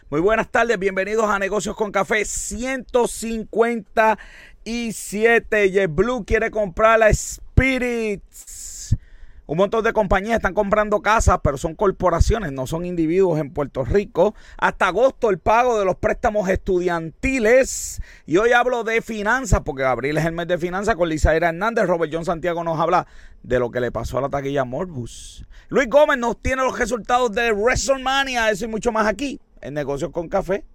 Muy buenas tardes, bienvenidos a Negocios con Café 157. JetBlue quiere comprar la Spirits. Un montón de compañías están comprando casas, pero son corporaciones, no son individuos en Puerto Rico. Hasta agosto el pago de los préstamos estudiantiles. Y hoy hablo de finanzas, porque abril es el mes de finanzas con Lizaira Hernández. Robert John Santiago nos habla de lo que le pasó a la taquilla Morbus. Luis Gómez nos tiene los resultados de WrestleMania, eso y mucho más aquí en Negocios con Café.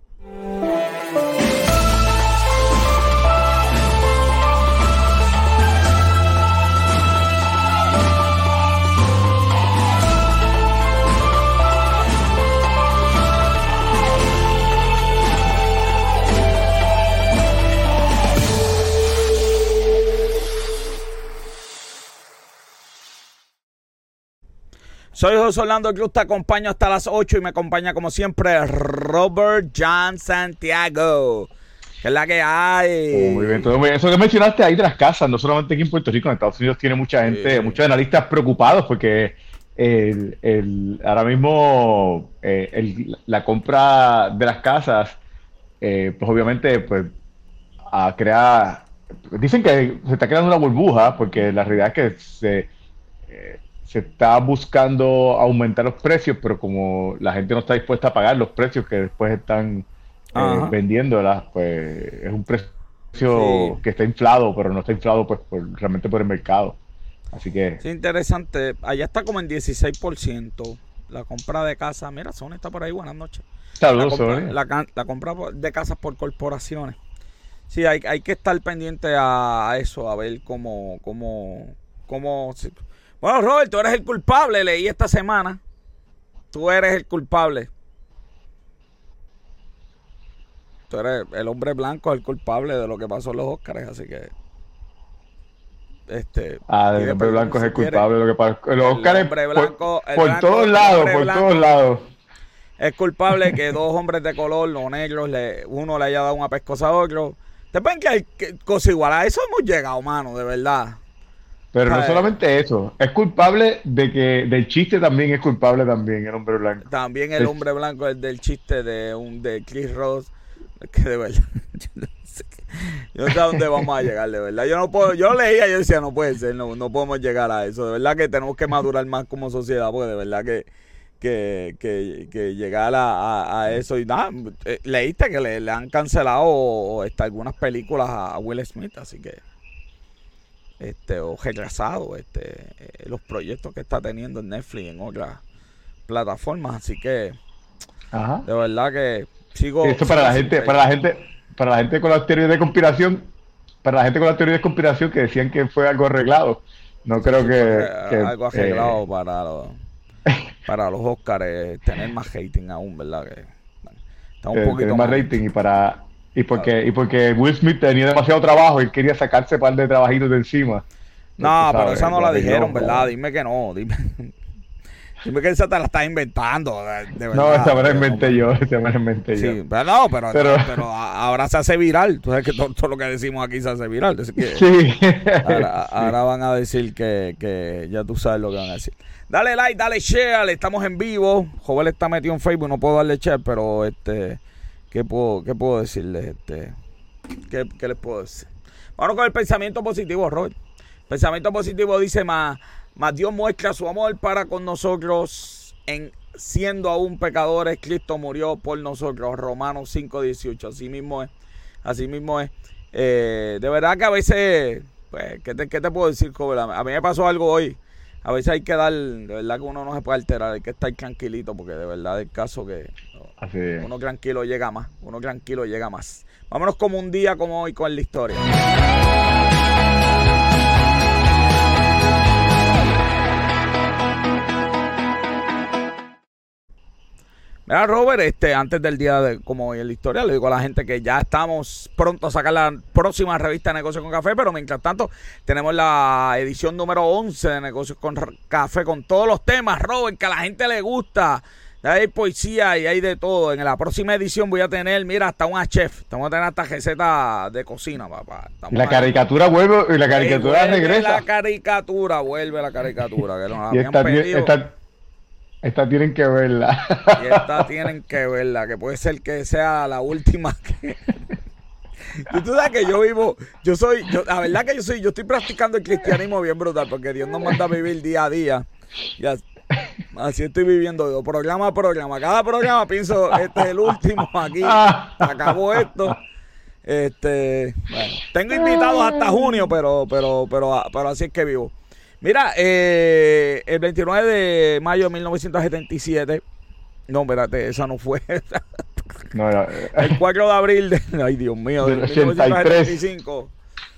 Soy José Orlando Cruz, te acompaño hasta las 8 y me acompaña como siempre Robert John Santiago. ¿Qué es la que hay? Muy bien, todo muy bien. Eso que mencionaste ahí de las casas, no solamente aquí en Puerto Rico, en Estados Unidos tiene mucha gente, muchos analistas preocupados porque ahora mismo la compra de las casas, pues obviamente pues dicen que se está creando una burbuja porque la realidad es que se está buscando aumentar los precios, pero como la gente no está dispuesta a pagar los precios que después están vendiéndolas, pues es un precio que está inflado, pero no está inflado pues realmente por el mercado. Así que... Sí, interesante. Allá está como en 16% la compra de casa. Mira, Sony está por ahí, buenas noches. Saludos, Sony. La compra de casas por corporaciones. Sí, hay que estar pendiente a eso, a ver cómo Bueno, Robert, tú eres el culpable, leí esta semana. Tú eres el culpable. Tú eres el hombre blanco, el culpable de lo que pasó en los Óscares, así que... el hombre blanco es el culpable de lo que pasó en los Óscares. Por todos lados. Es culpable que dos hombres de color, los negros, uno le haya dado una pescosa a otro. ¿Te ven que hay cosa igual? A eso hemos llegado, mano, de verdad. Pero no solamente eso, es culpable del chiste, también es culpable también el hombre blanco. También el hombre blanco es del chiste de Chris Ross, que de verdad, yo no sé a dónde vamos a llegar, de verdad. Yo leía y yo decía, no puede ser, no podemos llegar a eso. De verdad que tenemos que madurar más como sociedad, porque de verdad que llegar a eso. Y nada, leíste que le han cancelado algunas películas a Will Smith, así que... o retrasado los proyectos que está teniendo en Netflix y en otras plataformas, así que de verdad que sigo. Esto para la gente con las teorías de conspiración, que decían que fue algo arreglado. No creo que algo arreglado para los Óscares, tener más rating aún, ¿verdad? Que está un poquito más rating y porque Will Smith tenía demasiado trabajo y quería sacarse un par de trabajitos de encima. No, pero esa no la dijeron, ¿verdad? Dime que no. Dime que esa te la estás inventando, de verdad. No, esta me la inventé yo. Sí, pero ahora se hace viral. Tú sabes que todo lo que decimos aquí se hace viral. Así que sí. Ahora van a decir que ya tú sabes lo que van a decir. Dale like, dale share. Estamos en vivo. Jovel está metido en Facebook. No puedo darle share, pero ¿qué puedo decirles? ¿Qué les puedo decir? Vamos con el pensamiento positivo, Roy. Pensamiento positivo dice: más Dios muestra su amor para con nosotros, siendo aún pecadores, Cristo murió por nosotros. Romanos 5:18. Así mismo es. De verdad que a veces, pues, ¿qué te puedo decir, joven? A mí me pasó algo hoy. A veces hay que de verdad que uno no se puede alterar, hay que estar tranquilito, porque de verdad el caso que uno tranquilo llega más. Vámonos como un día como hoy con la historia. Mira, Robert, antes del día como hoy en la historia, le digo a la gente que ya estamos pronto a sacar la próxima revista de Negocios con Café, pero mientras tanto tenemos la edición número 11 de Negocios con Café con todos los temas, Robert, que a la gente le gusta. Hay poesía y hay de todo. En la próxima edición voy a tener, mira, hasta una chef. Vamos a tener hasta receta de cocina, papá. Caricatura vuelve y la caricatura regresa. Vuelve la caricatura, que nos y habían pedido. Esta tienen que verla. Y esta tienen que verla, que puede ser que sea la última que... Y tú sabes que yo vivo, la verdad que yo estoy practicando el cristianismo bien brutal, porque Dios nos manda a vivir día a día. Y así estoy viviendo yo, programa a programa. Cada programa pienso, este es el último, aquí acabó esto. Bueno, tengo invitados hasta junio, pero así es que vivo. Mira, el 29 de mayo de 1977, no, espérate, esa no fue. No, no. El 4 de abril ay Dios mío, de 1975.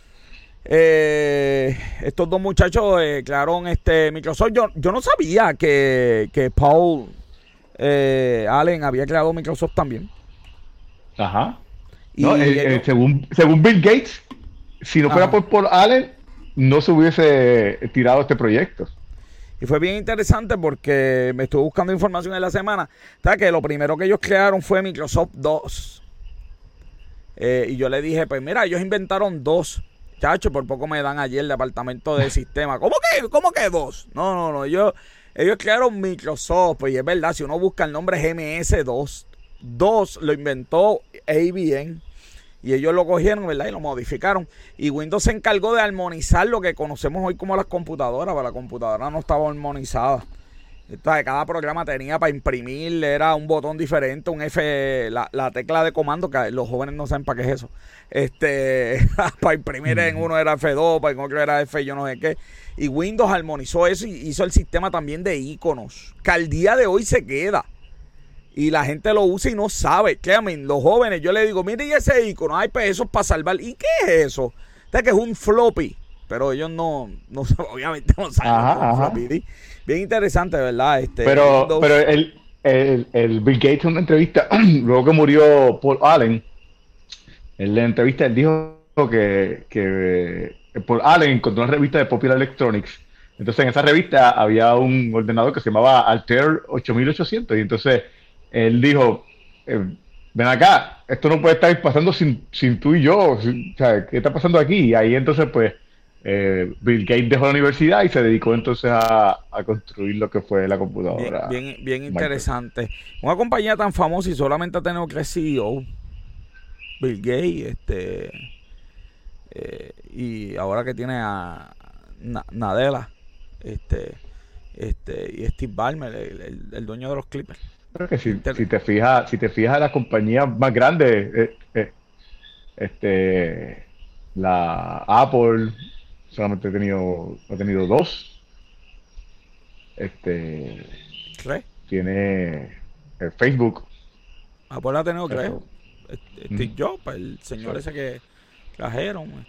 Estos dos muchachos crearon Microsoft. Yo no sabía que Paul Allen había creado Microsoft también. Ajá. No, según Bill Gates, si no fuera por Paul Allen, no se hubiese tirado este proyecto. Y fue bien interesante porque me estuve buscando información en la semana. ¿Sabes? Que lo primero que ellos crearon fue Microsoft 2. Y yo le dije, pues mira, ellos inventaron 2. Chacho, por poco me dan ayer el departamento de sistema. ¿Cómo que 2? No. Ellos crearon Microsoft. Pues y es verdad, si uno busca el nombre MS2, 2 lo inventó IBM. Y ellos lo cogieron, ¿verdad? Y lo modificaron. Y Windows se encargó de armonizar lo que conocemos hoy como las computadoras. Pero la computadora no estaba armonizada. Entonces, cada programa tenía para imprimir, era un botón diferente, un F, la tecla de comando, que los jóvenes no saben para qué es eso. Para imprimir en uno era F2, para en otro era F yo no sé qué. Y Windows armonizó eso y hizo el sistema también de iconos, que al día de hoy se queda. Y la gente lo usa y no sabe. Créanme, los jóvenes, yo le digo, mire ese icono, hay pues eso es para salvar. ¿Y qué es eso? O sea, que es un floppy. Pero ellos no obviamente no saben un floppy. Bien interesante, ¿verdad? Pero el Bill Gates en una entrevista, luego que murió Paul Allen, en la entrevista él dijo que Paul Allen encontró una revista de Popular Electronics. Entonces en esa revista había un ordenador que se llamaba Altair 8800 y entonces él dijo, ven acá, esto no puede estar pasando sin tú y yo, o sea, ¿qué está pasando aquí? Y ahí entonces pues Bill Gates dejó la universidad y se dedicó entonces a construir lo que fue la computadora. Bien interesante. Una compañía tan famosa y solamente ha tenido 3 CEO. Bill Gates, y ahora que tiene a Nadella, y Steve Ballmer, el dueño de los Clippers. Creo que si te fijas las compañías más grandes, la Apple solamente ha tenido 2. ¿Tres? Tiene el Facebook. Apple ha tenido 3. Steve Jobs, el señor ese que trajeron,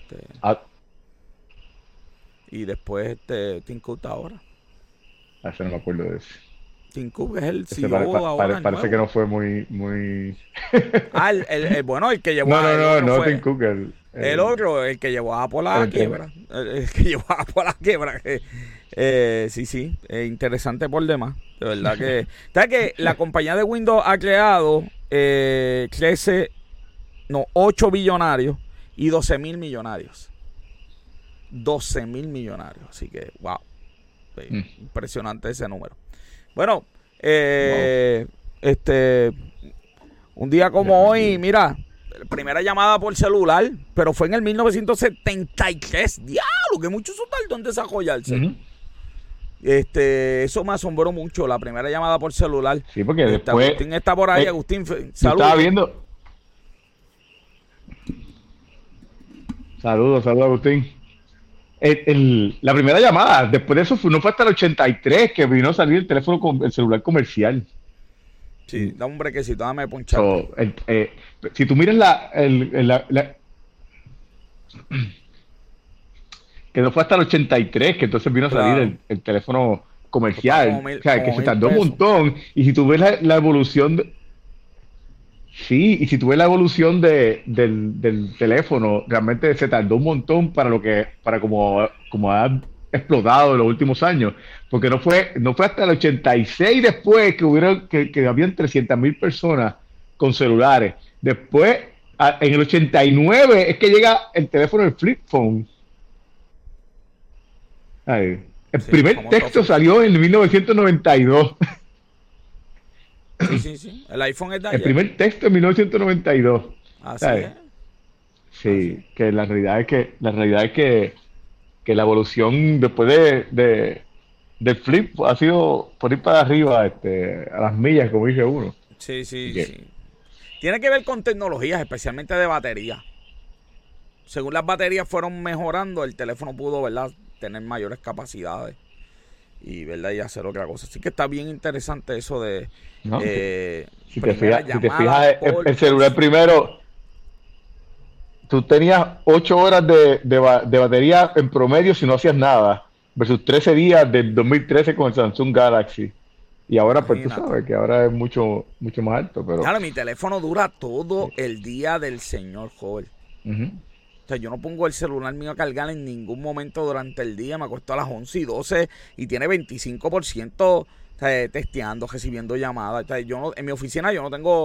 y después Tim Cook ahora. Ese no me acuerdo de ese. Tim Cook es el CEO ahora. Parece que no fue muy... Bueno, el que llevó No, Tim Cook. El otro, el que llevó a Apple a la quiebra. El que llevó a Apple a la quiebra. Sí, interesante por demás. De verdad que... ¿Sabes que la compañía de Windows ha creado 8 billonarios y 12,000 millonarios? 12,000 millonarios. Así que, wow. Impresionante ese número. Bueno, un día como hoy, mira, primera llamada por celular, pero fue en el 1973. ¡Diablo! Que mucho eso tardó en desarrollarse. Eso me asombró mucho, la primera llamada por celular. Sí, porque después... Agustín está por ahí, Agustín, saludos. Estaba viendo... Saludos, Agustín. La primera llamada, después de eso no fue hasta el 83 que vino a salir el teléfono con el celular comercial. Sí, da un brequecito, dame ponchar. Si tú miras que no fue hasta el 83 que entonces vino a salir el teléfono comercial. O sea, que se tardó un montón. Y si tú ves la evolución... Sí, y si tú ves la evolución del teléfono, realmente se tardó un montón para como ha explotado en los últimos años, porque no fue hasta el 86 después que habían 300,000 personas con celulares. Después, en el 89 es que llega el teléfono del flip phone. El primer texto salió en 1992. Sí. El iPhone es de El ayer. primer texto en 1992. Así ¿Sabes? es. Así Sí, que la realidad es que la evolución después del flip ha sido por ir para arriba, a las millas, como dice uno. es. Así que, Sí. Tiene que ver con tecnologías, especialmente de batería. Según las baterías fueron mejorando, el teléfono pudo, ¿verdad?, tener mayores capacidades y, ¿verdad?, y hacer otra cosa. Así que está bien interesante eso de ¿no? Si te primera fijas, si te llamada fijas el celular primero, tú tenías 8 horas de batería en promedio si no hacías nada, versus 13 días del 2013 con el Samsung Galaxy. Y ahora, pues tú Imagínate. sabes que ahora es mucho, mucho más alto, pero Claro, mi teléfono dura todo sí. el día del señor, joven. Ujú. O sea, yo no pongo el celular mío a cargar en ningún momento durante el día. Me acuesto a las 11 y 12 y tiene 25%, o sea, testeando, recibiendo llamadas. O sea, en mi oficina yo no tengo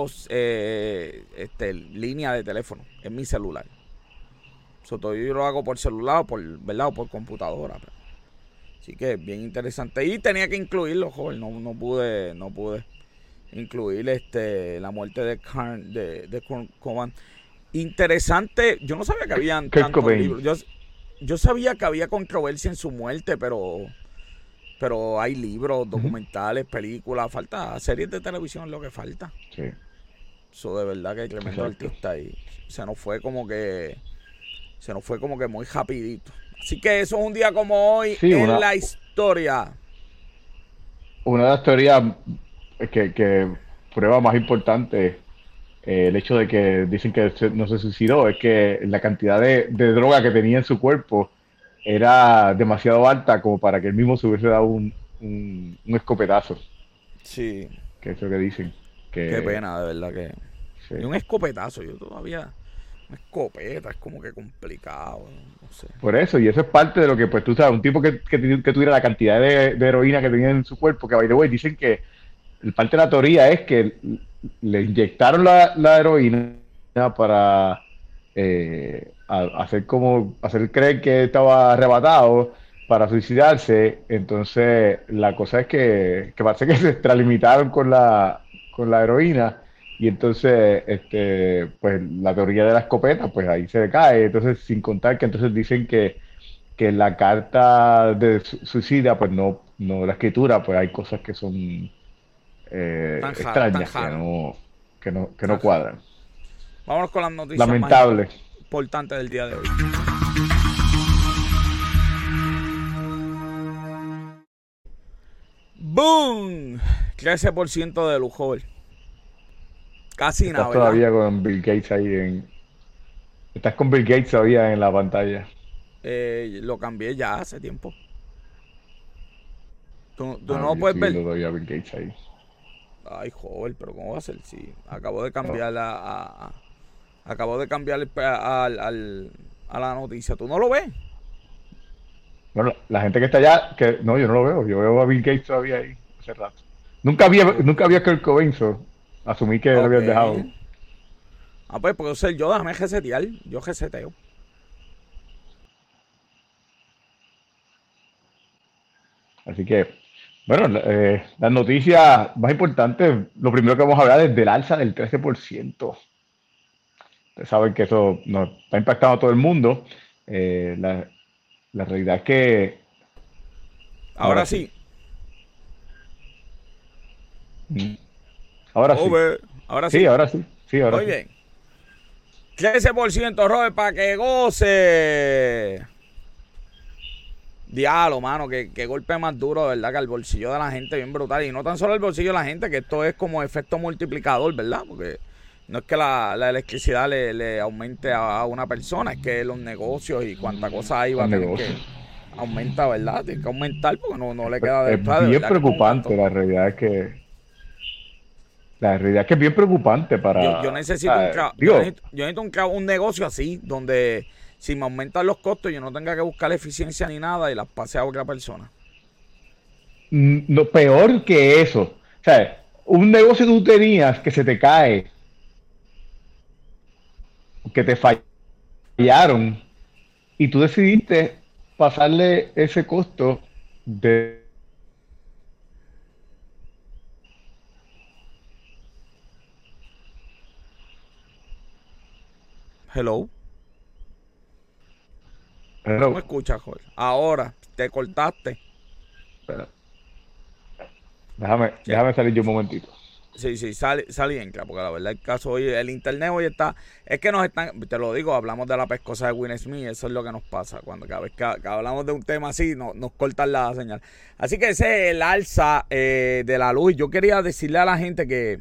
línea de teléfono. Es mi celular. Todo yo lo hago por celular ¿verdad?, o por computadora. Así que es bien interesante. Y tenía que incluirlo, joven. No pude incluir la muerte de Kurt Cobain. Interesante. Yo no sabía que habían Kurt tantos Cobain. libros. Yo sabía que había controversia en su muerte, pero hay libros, Ujú. documentales, películas, falta series de televisión, es lo que falta. Sí, Eso de verdad que hay tremendo exacto. artista y se nos fue como que muy rapidito. Así que eso es un día como hoy Sí, en la historia. una de las teorías que prueba más importante el hecho de que dicen que no se suicidó es que la cantidad de droga que tenía en su cuerpo era demasiado alta como para que él mismo se hubiese dado un escopetazo, Sí, que es lo que dicen. qué Que, pena, de verdad que. sí. Y un escopetazo, yo todavía. Una escopeta es como que complicado, no sé. Por eso, y eso es parte de lo que, pues tú sabes, un tipo que tuviera la cantidad de heroína que tenía en su cuerpo, que by the way, dicen que parte de la teoría es que le inyectaron la heroína para hacer creer que estaba arrebatado para suicidarse. Entonces, la cosa es que parece que se extralimitaron con la heroína. Y entonces, pues la teoría de la escopeta, pues ahí se cae. Entonces, sin contar que entonces dicen que la carta de suicida, pues no, la escritura, pues hay cosas que son Tan extrañas raro, que no tan raro. cuadran. Vámonos con las noticias más Lamentable. importantes del día de hoy. ¡Boom! 13% de lujo. Casi nada, Estás ¿verdad? todavía con Bill Gates Estás con Bill Gates todavía en la pantalla. Lo cambié ya hace tiempo. ¿Tú Ah, no lo yo puedes estoy ver? viendo todavía a Bill Gates ahí. Ay, joder, pero ¿cómo va a ser? Sí, acabo de No. cambiar acabo de cambiar a la noticia. ¿Tú no lo ves? Bueno, la gente que está allá, que no, yo no lo veo. Yo veo a Bill Gates todavía ahí hace rato. Ok. Nunca había Kurt Cobain, asumí que lo Ok. habías dejado. Pues puedo ser yo, déjame resetear. Yo reseteo. Así que, bueno, las noticias más importantes, lo primero que vamos a hablar es del alza del 13%. Ustedes saben que eso nos está impactando a todo el mundo. La realidad es que ahora Ahora sí. sí. Mm. Ahora sí. Over. Ahora Sí, sí. ahora sí. Sí, ahora Muy sí. bien. 13% Robert para que goce. Diablo, mano, que golpe más duro, de verdad, que al bolsillo de la gente, bien brutal. Y no tan solo el bolsillo de la gente, que esto es como efecto multiplicador, ¿verdad? Porque no es que la electricidad le aumente a una persona, es que los negocios y cuánta cosa hay va Los a tener que negocios. aumentar, ¿verdad? Tiene que aumentar porque no Es, le queda de es otra, de bien verdad que con un gasto. preocupante, la realidad es que es bien preocupante Yo para, necesito digo, yo necesito un negocio así, donde si me aumentan los costos, yo no tenga que buscar eficiencia ni nada y las pase a otra persona. lo peor que eso, o sea, un negocio que tú tenías que se te cae, que te fallaron y tú decidiste pasarle ese costo de Hello. Hello. ¿No me escuchas, Jorge? Ahora, te cortaste. Espera. Déjame salir yo un momentito. Sí, sale bien, claro, porque la verdad el caso hoy, el internet hoy está, es que nos están, te lo digo, hablamos de la pescosa de Will Smith, eso es lo que nos pasa, cuando cada vez que hablamos de un tema así, nos cortan la señal. Así que ese es el alza de la luz. Yo quería decirle a la gente que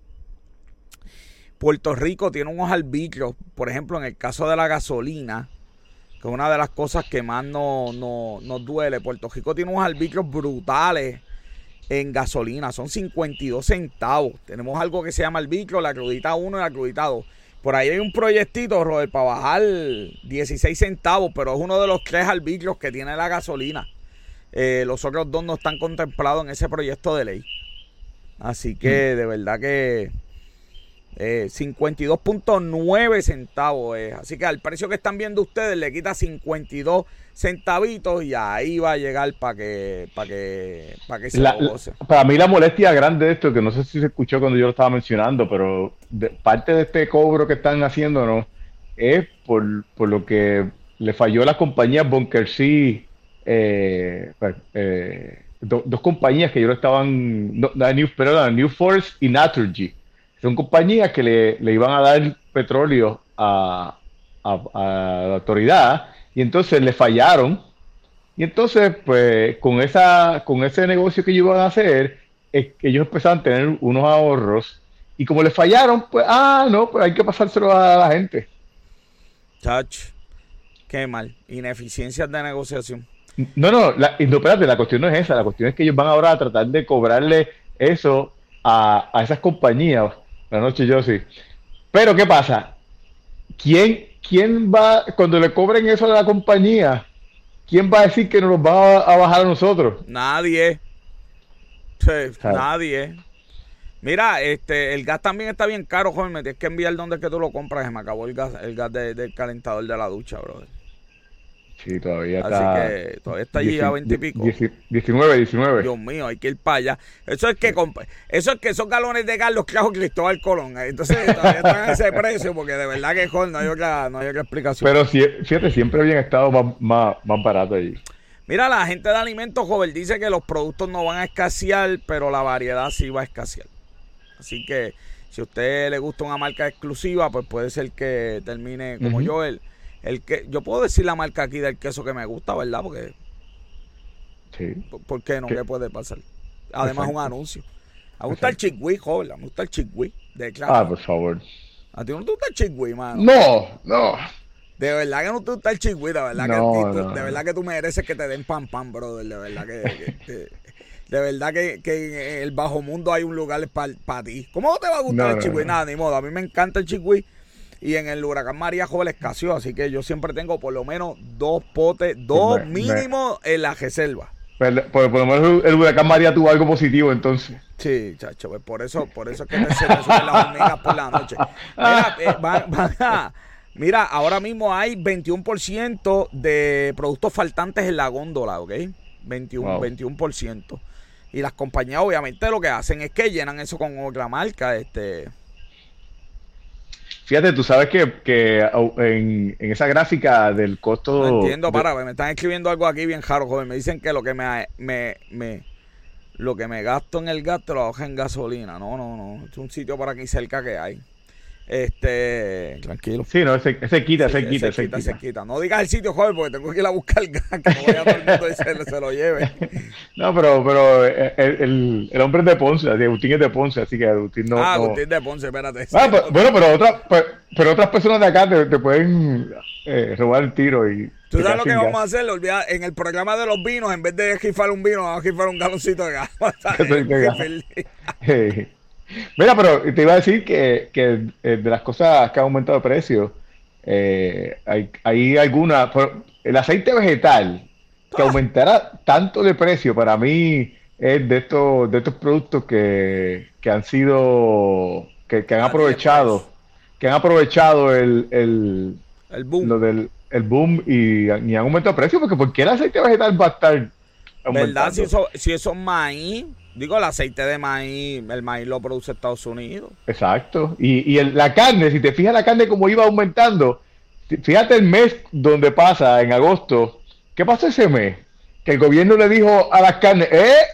Puerto Rico tiene unos arbitrios, por ejemplo, en el caso de la gasolina, que es una de las cosas que más nos duele. Puerto Rico tiene unos arbitrios brutales en gasolina, son 52 centavos. Tenemos algo que se llama arbitrio, la crudita 1 y la crudita 2. Por ahí hay un proyectito, Robert, para bajar 16 centavos, pero es uno de los 3 arbitrios que tiene la gasolina. Los otros 2 no están contemplados en ese proyecto de ley. Así que de verdad que 52.9 centavos es. Así que al precio que están viendo ustedes le quita 52 centavitos y ahí va a llegar para que se lo goce. Para mí la molestia grande de esto, que no sé si se escuchó cuando yo lo estaba mencionando, pero parte de este cobro que están haciéndonos es por lo que le falló a las compañías Bunker C, dos compañías que yo lo estaban, New Force y Naturgy. Son compañías que le iban a dar petróleo a la autoridad y entonces le fallaron. Y entonces, pues, con ese negocio que ellos iban a hacer, ellos empezaron a tener unos ahorros. Y como le fallaron, pues, no, pues hay que pasárselo a la gente. Chach, qué mal. Ineficiencias de negociación. No, espérate, la cuestión no es esa. La cuestión es que ellos van ahora a tratar de cobrarle eso a esas compañías. Buenas noches, Josie. Pero, ¿qué pasa? ¿Quién va, cuando le cobren eso a la compañía, quién va a decir que nos los va a bajar a nosotros? Nadie. Sí, nadie. Mira, el gas también está bien caro, joven. Me tienes que enviar donde es que tú lo compras. Se me acabó el gas del calentador de la ducha, brother. Sí, todavía Así está. Así que todavía está allí a 20 y pico. 19. Dios mío, hay que ir para allá. Eso es que esos galones de gas los trajo Cristóbal Colón. Entonces todavía están a ese precio, porque de verdad que no hay otra explicación. Pero fíjate, siempre habían estado más barato allí. Mira, la gente de alimentos, joven, dice que los productos no van a escasear, pero la variedad sí va a escasear. Así que si a usted le gusta una marca exclusiva, pues puede ser que termine como yo, yo puedo decir la marca aquí del queso que me gusta, ¿verdad? Porque sí. ¿Por qué no? ¿Qué puede pasar? Además, un anuncio. Me gusta el chigüí, joven. Me gusta el chigüí. Por favor. ¿A ti no te gusta el chigüí, mano? No. De verdad que no te gusta el chigüí. De verdad de verdad que tú mereces que te den pan, brother. De verdad de verdad que en el bajo mundo hay un lugar para ti. ¿Cómo no te va a gustar el chigüí? Nada, ni modo. A mí me encanta el chigüí. Y en el huracán María, joven, escaseó. Así que yo siempre tengo por lo menos 2 potes, mínimo en la reserva. Por lo menos el huracán María tuvo algo positivo, entonces. Sí, chacho, pues por eso es que se me suben las hormigas por la noche. Mira, ahora mismo hay 21% de productos faltantes en la góndola, ¿ok? 21%. Y las compañías obviamente lo que hacen es que llenan eso con otra marca, Fíjate, tú sabes que en esa gráfica del costo... No entiendo, me están escribiendo algo aquí bien raro, joven. Me dicen que lo que me gasto en el gas te lo ahogo en gasolina. No. Es un sitio por aquí cerca que hay. Tranquilo. Sí, no, se quita. No digas el sitio, joven, porque tengo que ir a buscar el gas, que no vaya todo el mundo y se lo lleve. No, pero el hombre es de Ponce, Agustín es de Ponce, así que Agustín no... Agustín de Ponce, espérate. Pero otras personas de acá te pueden robar el tiro y... ¿Tú sabes lo que vamos a hacer? En el programa de los vinos, en vez de rifar un vino, vamos a rifar un galoncito de gas. Mira, pero te iba a decir que de las cosas que han aumentado de precio, hay algunas. El aceite vegetal que aumentará tanto de precio, para mí es de estos productos que han sido, que han aprovechado el boom. Lo del el boom y han aumentado de precio, porque ¿por qué el aceite vegetal va a estar aumentando? ¿Verdad? Si eso es maíz. Digo, el aceite de maíz, el maíz lo produce Estados Unidos. Exacto. Y la carne, si te fijas la carne como iba aumentando, fíjate el mes donde pasa, en agosto, ¿qué pasó ese mes? Que el gobierno le dijo a las carnes,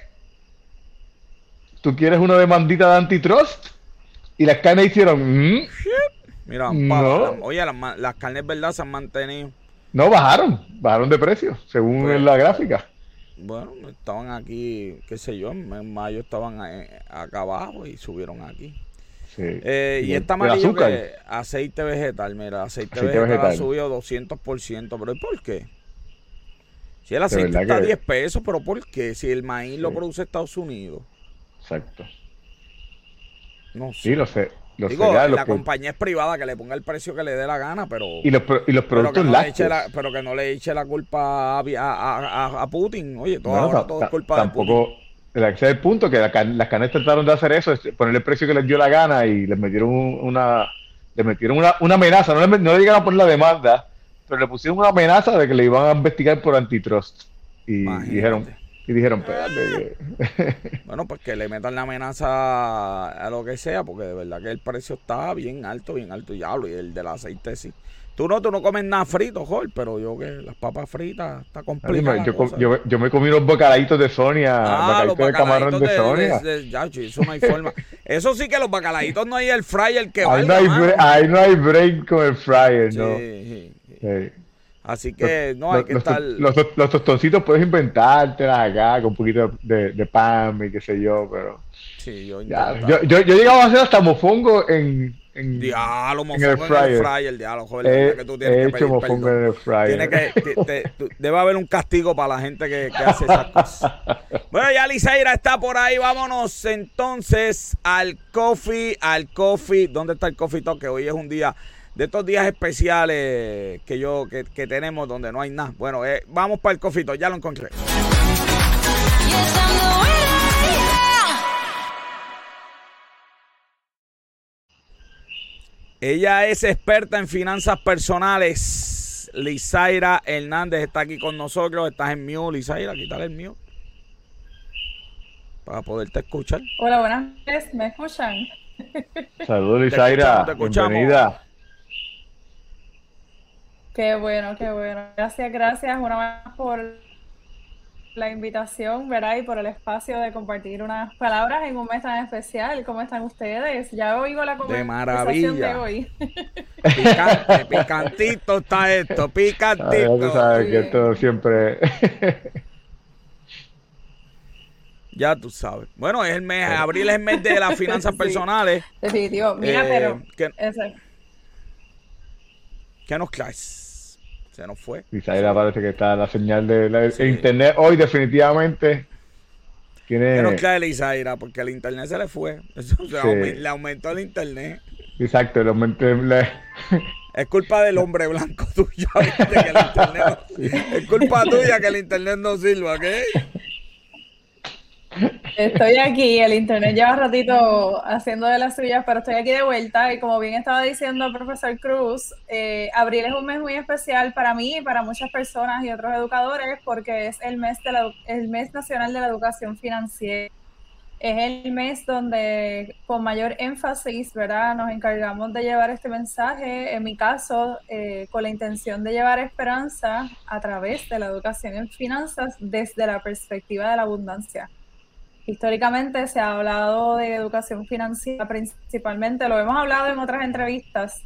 ¿tú quieres una demandita de antitrust? Y las carnes hicieron, Mira, no, oye, las carnes, ¿verdad? Se han mantenido. no bajaron de precio, según Pues, la gráfica. Bueno, estaban aquí, qué sé yo, en mayo estaban acá abajo y subieron aquí. Sí. Y esta amarillo que aceite vegetal, mira, aceite vegetal ha subido 200%, pero ¿y por qué? Si el aceite está a 10 pesos, pero ¿por qué? Si el maíz lo produce Estados Unidos. Exacto. No sé. Sí, lo sé. Digo, la compañía es privada, que le ponga el precio que le dé la gana, pero... Y los productos lácteos. Pero que no le eche la culpa a Putin. Oye, todo es culpa de Putin. Tampoco... Ese es el punto, que las carnes trataron de hacer eso, ponerle el precio que les dio la gana y les metieron una amenaza. No le llegaron a poner la demanda, pero le pusieron una amenaza de que le iban a investigar por antitrust. Y dijeron, espérate. Bueno, pues que le metan la amenaza a lo que sea, porque de verdad que el precio está bien alto, diablo, y el del aceite sí. Tú no comes nada frito, Jorge, pero yo que las papas fritas está complicado. Yo me comí unos bacalaitos de Sonia, los de camarón de Sonia. Eso no hay forma. Eso sí que los bacalaitos no hay el fryer que ahí valga, ahí no hay break con el fryer, sí, ¿no? Sí. Así que hay que estar... Los tostoncitos puedes inventártelas acá con un poquito de pan y qué sé yo, pero... Sí, yo llegaba a hacer hasta mofongo en diablo, mofongo en el fryer, diablo, joder, que tú tienes que pedir mofongo en el fryer. Debe haber un castigo para la gente que hace esas cosas. Bueno, ya Lisaira está por ahí, vámonos entonces al coffee. ¿Dónde está el coffee talk? Que hoy es un día de estos días especiales que tenemos donde no hay nada. Bueno, vamos para el coffee talk, ya lo encontré. Ella es experta en finanzas personales. Lisaira Hernández está aquí con nosotros. Estás en mute, Lisaira, quítale el mute para poderte escuchar. Hola, buenas noches, ¿me escuchan? Saludos, Lisaira, bienvenida. Qué bueno. Gracias una vez más por la invitación, ¿verdad? Y por el espacio de compartir unas palabras en un mes tan especial. ¿Cómo están ustedes? Ya oigo la conversación de hoy. Picantito está esto, picantito. Ya tú sabes que esto siempre... Ya tú sabes. Bueno, es el mes, abril es el mes de las finanzas personales. Definitivo. Mira, pero... ¿Qué nos traes? Se nos fue. Lisaira parece que está la señal de internet hoy definitivamente. ¿Qué nos trae Lisaira? Porque el internet se le fue. Le aumentó el internet. Exacto, es culpa del hombre blanco tuyo, ¿viste? Que el internet es culpa tuya que el internet no sirva, ¿ok? Estoy aquí, el internet lleva ratito haciendo de las suyas, pero estoy aquí de vuelta y como bien estaba diciendo el profesor Cruz, abril es un mes muy especial para mí y para muchas personas y otros educadores porque es el mes nacional de la educación financiera. Es el mes donde con mayor énfasis, ¿verdad? Nos encargamos de llevar este mensaje, en mi caso, con la intención de llevar esperanza a través de la educación en finanzas desde la perspectiva de la abundancia. Históricamente se ha hablado de educación financiera principalmente, lo hemos hablado en otras entrevistas,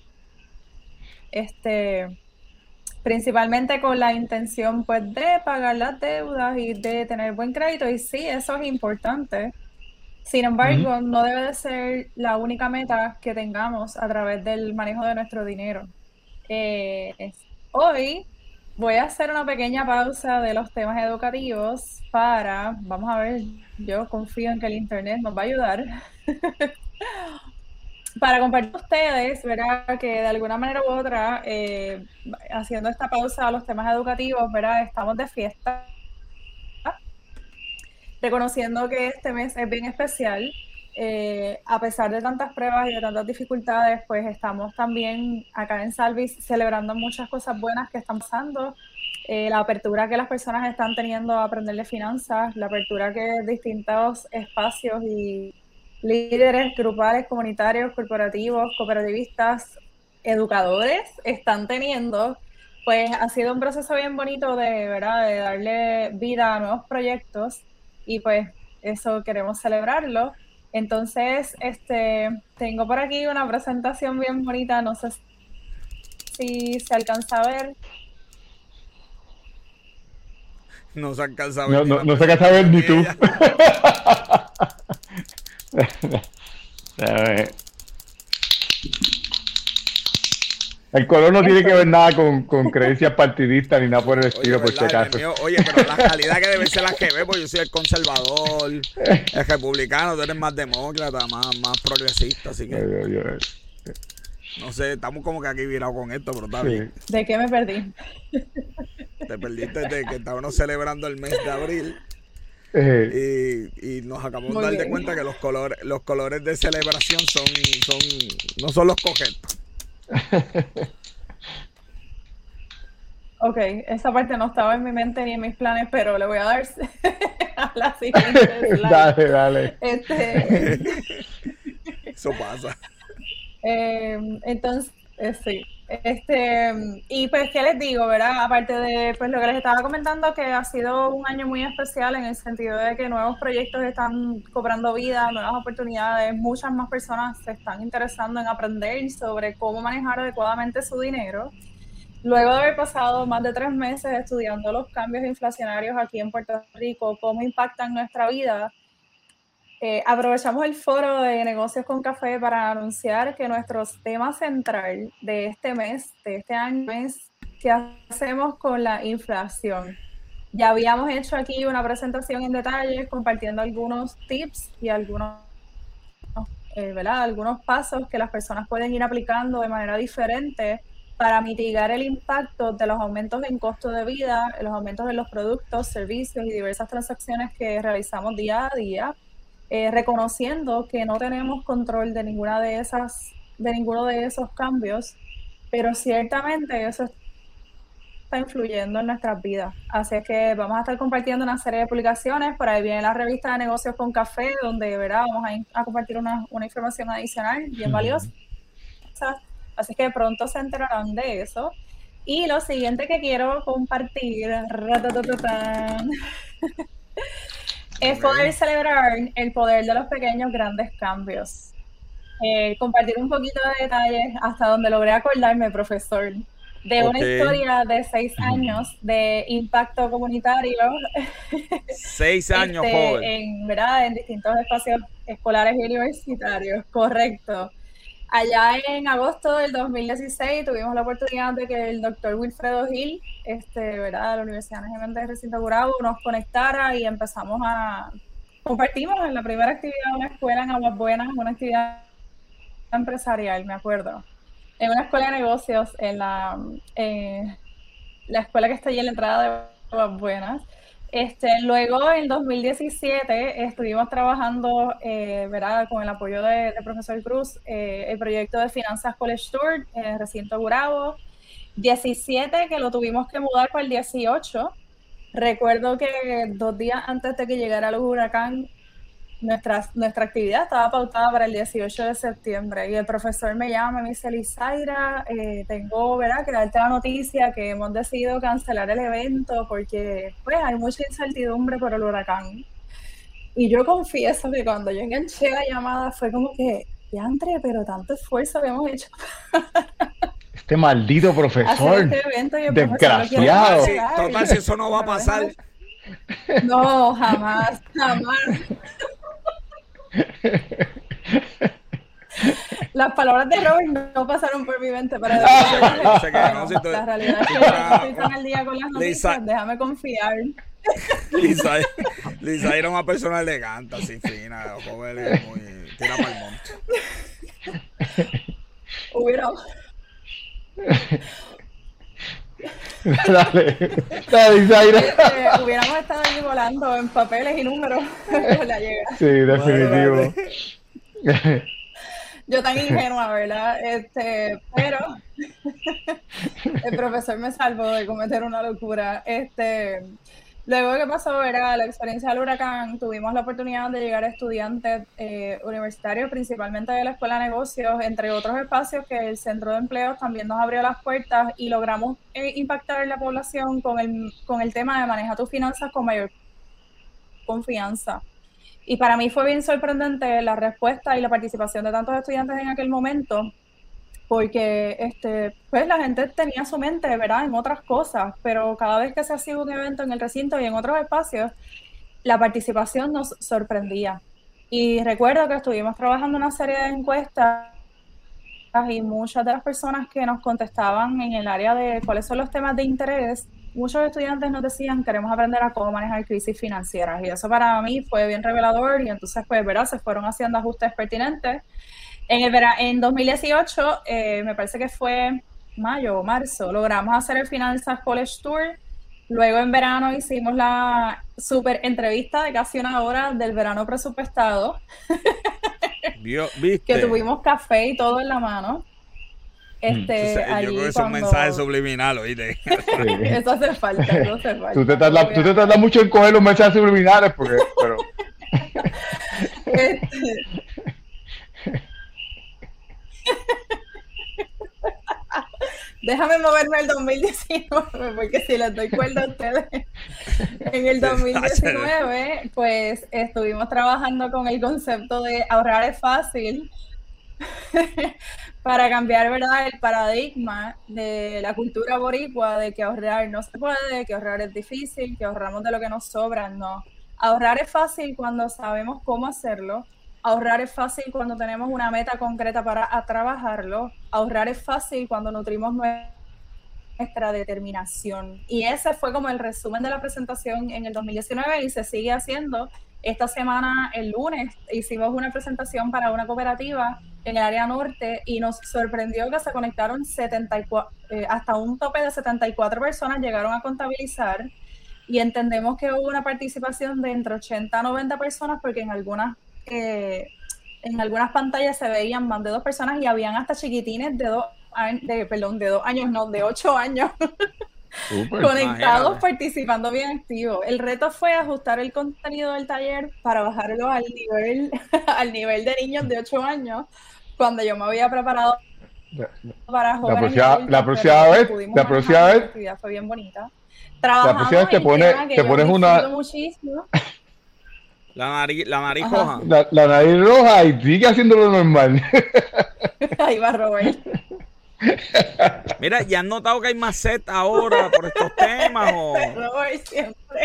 principalmente con la intención pues de pagar las deudas y de tener buen crédito, y sí, eso es importante. Sin embargo, no debe de ser la única meta que tengamos a través del manejo de nuestro dinero. Hoy voy a hacer una pequeña pausa de los temas educativos vamos a ver, yo confío en que el internet nos va a ayudar, para compartir con ustedes, ¿verdad? Que de alguna manera u otra, haciendo esta pausa a los temas educativos, ¿verdad? Estamos de fiesta, reconociendo que este mes es bien especial. A pesar de tantas pruebas y de tantas dificultades, pues estamos también acá en Salvis celebrando muchas cosas buenas que están pasando la apertura que las personas están teniendo a aprender de finanzas, la apertura que distintos espacios y líderes grupales, comunitarios, corporativos, cooperativistas, educadores están teniendo, pues ha sido un proceso bien bonito de, ¿verdad?, de darle vida a nuevos proyectos y pues eso queremos celebrarlo. Entonces, tengo por aquí una presentación bien bonita, no sé si se alcanza a ver. No se alcanza a ver. No se alcanza a ver ni tú. El color no tiene que ver nada con creencias partidistas ni nada por el estilo, por si acaso. Oye, pero la calidad que debe ser la que ve, porque yo soy el conservador, el republicano, tú eres más demócrata, más progresista, así que... No sé, estamos como que aquí virados con esto, pero está bien. ¿De qué me perdí? Te perdiste de que estábamos celebrando el mes de abril. Y nos acabamos de dar de cuenta que los colores de celebración no son los coquetos. Ok, esa parte no estaba en mi mente ni en mis planes, pero le voy a dar a la siguiente slide. Dale. Eso pasa. Entonces, sí. Y pues, ¿qué les digo, verdad? Aparte de pues lo que les estaba comentando, que ha sido un año muy especial en el sentido de que nuevos proyectos están cobrando vida, nuevas oportunidades, muchas más personas se están interesando en aprender sobre cómo manejar adecuadamente su dinero. Luego de haber pasado más de 3 meses estudiando los cambios inflacionarios aquí en Puerto Rico, cómo impactan nuestra vida, aprovechamos el foro de Negocios con Café para anunciar que nuestro tema central de este mes, de este año, es qué hacemos con la inflación. Ya habíamos hecho aquí una presentación en detalle compartiendo algunos tips y algunos pasos que las personas pueden ir aplicando de manera diferente para mitigar el impacto de los aumentos en costo de vida, los aumentos en los productos, servicios y diversas transacciones que realizamos día a día. Reconociendo que no tenemos control de ninguno de esos cambios, pero ciertamente eso está influyendo en nuestras vidas. Así es que vamos a estar compartiendo una serie de publicaciones. Por ahí viene la revista de Negocios con Café, donde vamos a compartir una información adicional bien valiosa. Así que pronto se enterarán de eso. Y lo siguiente que quiero compartir es poder celebrar el poder de los pequeños grandes cambios. Compartir un poquito de detalles hasta donde logré acordarme, profesor, de una historia de 6 años de impacto comunitario. 6 años, joven. En distintos espacios escolares y universitarios, correcto. Allá en agosto del 2016 tuvimos la oportunidad de que el doctor Wilfredo Gil, de la Universidad Nacional de Recinto Gurabo, nos conectara y compartimos en la primera actividad una escuela en Aguas Buenas, una actividad empresarial, me acuerdo, en una escuela de negocios en la escuela que está allí en la entrada de Aguas Buenas. Luego, en 2017, estuvimos trabajando, con el apoyo de profesor Cruz, el proyecto de Finanzas College Tour en el Recinto Gurabo. 17, que lo tuvimos que mudar para el 18. Recuerdo que 2 días antes de que llegara el huracán, nuestra actividad estaba pautada para el 18 de septiembre y el profesor me llama y me dice: Lizaira, tengo que darte la noticia que hemos decidido cancelar el evento porque pues hay mucha incertidumbre por el huracán. Y yo confieso que cuando yo enganché la llamada fue como que, diantre, pero tanto esfuerzo habíamos hecho. Este maldito profesor, este evento y el desgraciado. Total, si eso no va a pasar. No, jamás. Las palabras de Robert no pasaron por mi mente para decir la realidad es que no estoy tan al día con las noticias, déjame confiar. Lisa era una persona elegante, así fina, joven, muy tira para el monte. Dale, Isaira. Hubiéramos estado ahí volando en papeles y números con la llegada. Sí, definitivo. Yo tan ingenua, ¿verdad? Pero el profesor me salvó de cometer una locura. Luego que pasó era la experiencia del huracán, tuvimos la oportunidad de llegar a estudiantes universitarios, principalmente de la Escuela de Negocios, entre otros espacios que el Centro de Empleos también nos abrió las puertas y logramos impactar en la población con el tema de manejar tus finanzas con mayor confianza. Y para mí fue bien sorprendente la respuesta y la participación de tantos estudiantes en aquel momento, porque pues la gente tenía su mente, ¿verdad?, en otras cosas, pero cada vez que se hacía un evento en el recinto y en otros espacios, la participación nos sorprendía. Y recuerdo que estuvimos trabajando una serie de encuestas y muchas de las personas que nos contestaban en el área de cuáles son los temas de interés, muchos estudiantes nos decían, queremos aprender a cómo manejar crisis financieras, y eso para mí fue bien revelador, y entonces pues, ¿verdad?, se fueron haciendo ajustes pertinentes. En 2018, me parece que fue mayo o marzo, logramos hacer el Finanzas College Tour. Luego en verano hicimos la super entrevista de casi una hora del verano presupuestado. ¿Viste? Que tuvimos café y todo en la mano. Entonces, yo creo que es un mensaje subliminal, ¿oíste? Sí. Eso hace falta, eso hace falta. Tú te tardas mucho en coger los mensajes subliminales, porque... Pero... Déjame moverme al 2019, porque si les doy cuenta a ustedes, en el 2019, pues estuvimos trabajando con el concepto de ahorrar es fácil, para cambiar, ¿verdad?, el paradigma de la cultura boricua de que ahorrar no se puede, que ahorrar es difícil, que ahorramos de lo que nos sobra. No. Ahorrar es fácil cuando sabemos cómo hacerlo. Ahorrar es fácil cuando tenemos una meta concreta para trabajarlo. Ahorrar es fácil cuando nutrimos nuestra determinación. Y ese fue como el resumen de la presentación en el 2019 y se sigue haciendo. Esta semana, el lunes, hicimos una presentación para una cooperativa en el área norte y nos sorprendió que se conectaron hasta un tope de 74 personas, llegaron a contabilizar, y entendemos que hubo una participación de entre 80 a 90 personas porque en algunas pantallas se veían más de 2 personas y habían hasta chiquitines de 8 años. Super, conectados, participando bien activos. El reto fue ajustar el contenido del taller para bajarlo al nivel de niños de 8 años, cuando yo me había preparado para jóvenes. La próxima vez fue bien bonita. Trabajamos, la próxima vez te pones una muchísimo. La nariz roja. La nariz roja y sigue haciéndolo normal. Ahí va Robert. Mira, ¿ya han notado que hay más set ahora por estos temas? ¿O? Robert siempre.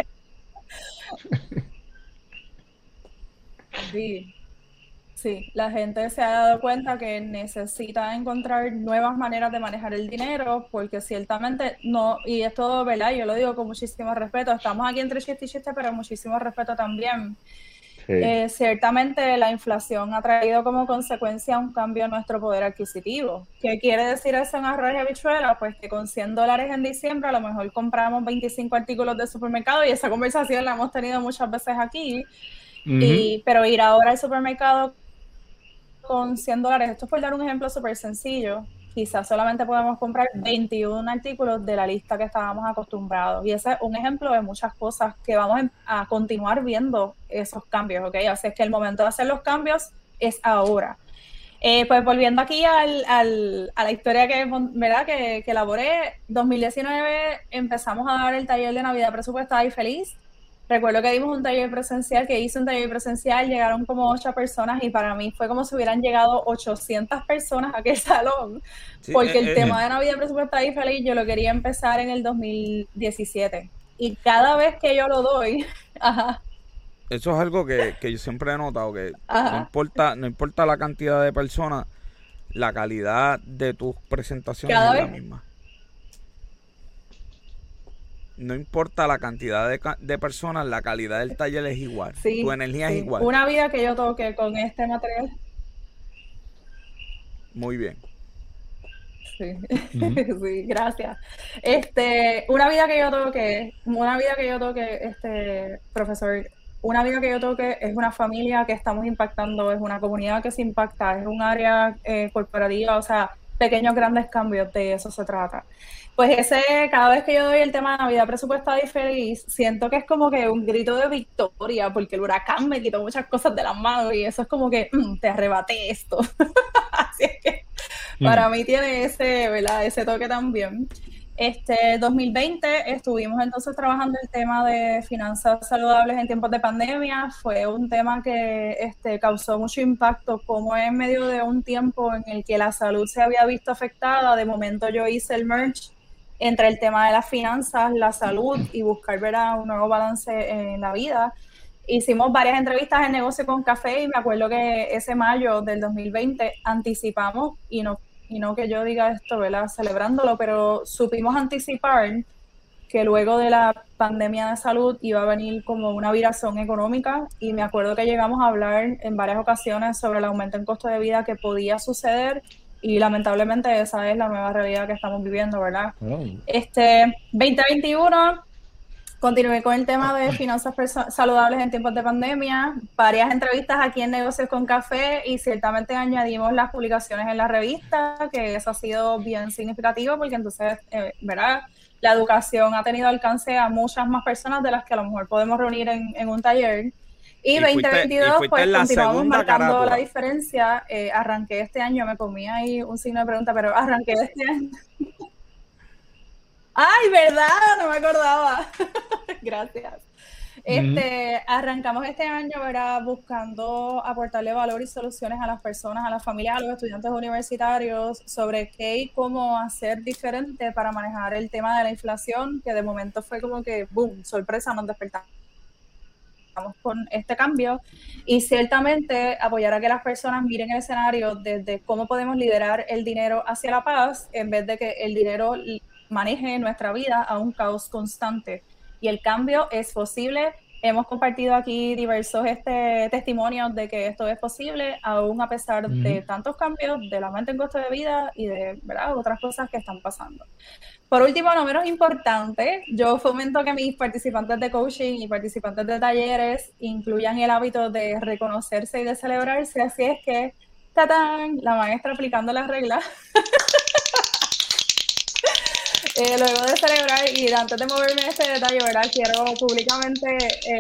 Sí, la gente se ha dado cuenta que necesita encontrar nuevas maneras de manejar el dinero, porque ciertamente no, y esto, ¿verdad?, yo lo digo con muchísimo respeto, estamos aquí entre chiste y chiste, pero muchísimo respeto también. Sí. Ciertamente la inflación ha traído como consecuencia un cambio en nuestro poder adquisitivo. ¿Qué quiere decir eso en arroz y habichuela? Pues que con $100 en diciembre a lo mejor compramos 25 artículos de supermercado, y esa conversación la hemos tenido muchas veces aquí. Pero ir ahora al supermercado con $100, esto es por dar un ejemplo súper sencillo, quizás solamente podemos comprar 21 artículos de la lista que estábamos acostumbrados, y ese es un ejemplo de muchas cosas que vamos a continuar viendo esos cambios, ¿ok? Así es que el momento de hacer los cambios es ahora. Pues volviendo aquí a la historia que elaboré, 2019 empezamos a dar el taller de Navidad Presupuestada y Feliz. Recuerdo que dimos un taller presencial, llegaron como 8 personas, y para mí fue como si hubieran llegado 800 personas a aquel salón, sí, porque el tema de Navidad Presupuestada y Feliz yo lo quería empezar en el 2017, y cada vez que yo lo doy, eso es algo que yo siempre he notado, que no importa la cantidad de personas, la calidad de tus presentaciones es la misma. No importa la cantidad de personas, la calidad del taller es igual. Sí, tu energía es igual. Una vida que yo toque con este material. Muy bien. Sí, sí, gracias. Una vida que yo toque, profesor, una vida que yo toque es una familia que estamos impactando, es una comunidad que se impacta, es un área corporativa, o sea, pequeños, grandes cambios, de eso se trata. Pues cada vez que yo doy el tema de Navidad presupuestada y feliz, siento que es como que un grito de victoria, porque el huracán me quitó muchas cosas de las manos y eso es como que te arrebaté esto. Así es que para mí tiene ¿verdad? Ese toque también. 2020 estuvimos entonces trabajando el tema de finanzas saludables en tiempos de pandemia. Fue un tema que causó mucho impacto, como en medio de un tiempo en el que la salud se había visto afectada. De momento yo hice el merge entre el tema de las finanzas, la salud y buscar un nuevo balance en la vida. Hicimos varias entrevistas en Negocio con Café y me acuerdo que ese mayo del 2020 anticipamos, y no que yo diga esto, ¿verdad?, celebrándolo, pero supimos anticipar que luego de la pandemia de salud iba a venir como una virazón económica, y me acuerdo que llegamos a hablar en varias ocasiones sobre el aumento en costo de vida que podía suceder, y lamentablemente esa es la nueva realidad que estamos viviendo, ¿verdad? 2021 continué con el tema de finanzas saludables en tiempos de pandemia, varias entrevistas aquí en Negocios con Café, y ciertamente añadimos las publicaciones en la revista, que eso ha sido bien significativo porque entonces, ¿verdad?, la educación ha tenido alcance a muchas más personas de las que a lo mejor podemos reunir en un taller. Y 2022, pues continuamos marcando la diferencia. Arranqué este año, me comí ahí un signo de pregunta, pero arranqué este año. ¡Ay, verdad! No me acordaba. Gracias. Arrancamos este año, ¿verdad?, buscando aportarle valor y soluciones a las personas, a las familias, a los estudiantes universitarios, sobre qué y cómo hacer diferente para manejar el tema de la inflación, que de momento fue como que, ¡boom!, sorpresa, nos despertamos con este cambio, y ciertamente apoyar a que las personas miren el escenario desde cómo podemos liderar el dinero hacia la paz, en vez de que el dinero maneje nuestra vida a un caos constante. Y el cambio es posible. Hemos compartido aquí diversos testimonios de que esto es posible, aún a pesar de tantos cambios, del aumento en costo de vida y de, ¿verdad?, otras cosas que están pasando. Por último, no menos importante, yo fomento que mis participantes de coaching y participantes de talleres incluyan el hábito de reconocerse y de celebrarse. Así es que, ¡tatán!, la maestra aplicando las reglas. Luego de celebrar, y antes de moverme a este detalle, ¿verdad?, quiero públicamente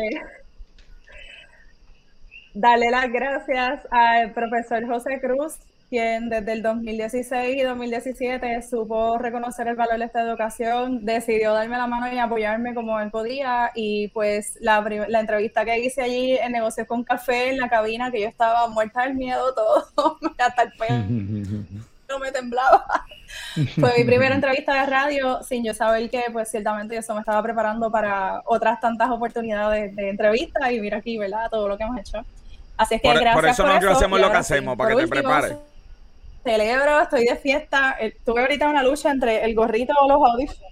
darle las gracias al profesor José Cruz, quien desde el 2016 y 2017 supo reconocer el valor de esta educación, decidió darme la mano y apoyarme como él podía, y pues la entrevista que hice allí en Negocios con Café, en la cabina, que yo estaba muerta del miedo, todo, hasta el pelo no me temblaba. Fue mi primera entrevista de radio, sin yo saber que, pues, ciertamente eso me estaba preparando para otras tantas oportunidades de entrevista, y mira aquí, ¿verdad?, todo lo que hemos hecho. Así es que gracias por eso nosotros hacemos lo que hacemos, para que te prepares. Celebro, estoy de fiesta. Tuve ahorita una lucha entre el gorrito o los audífonos.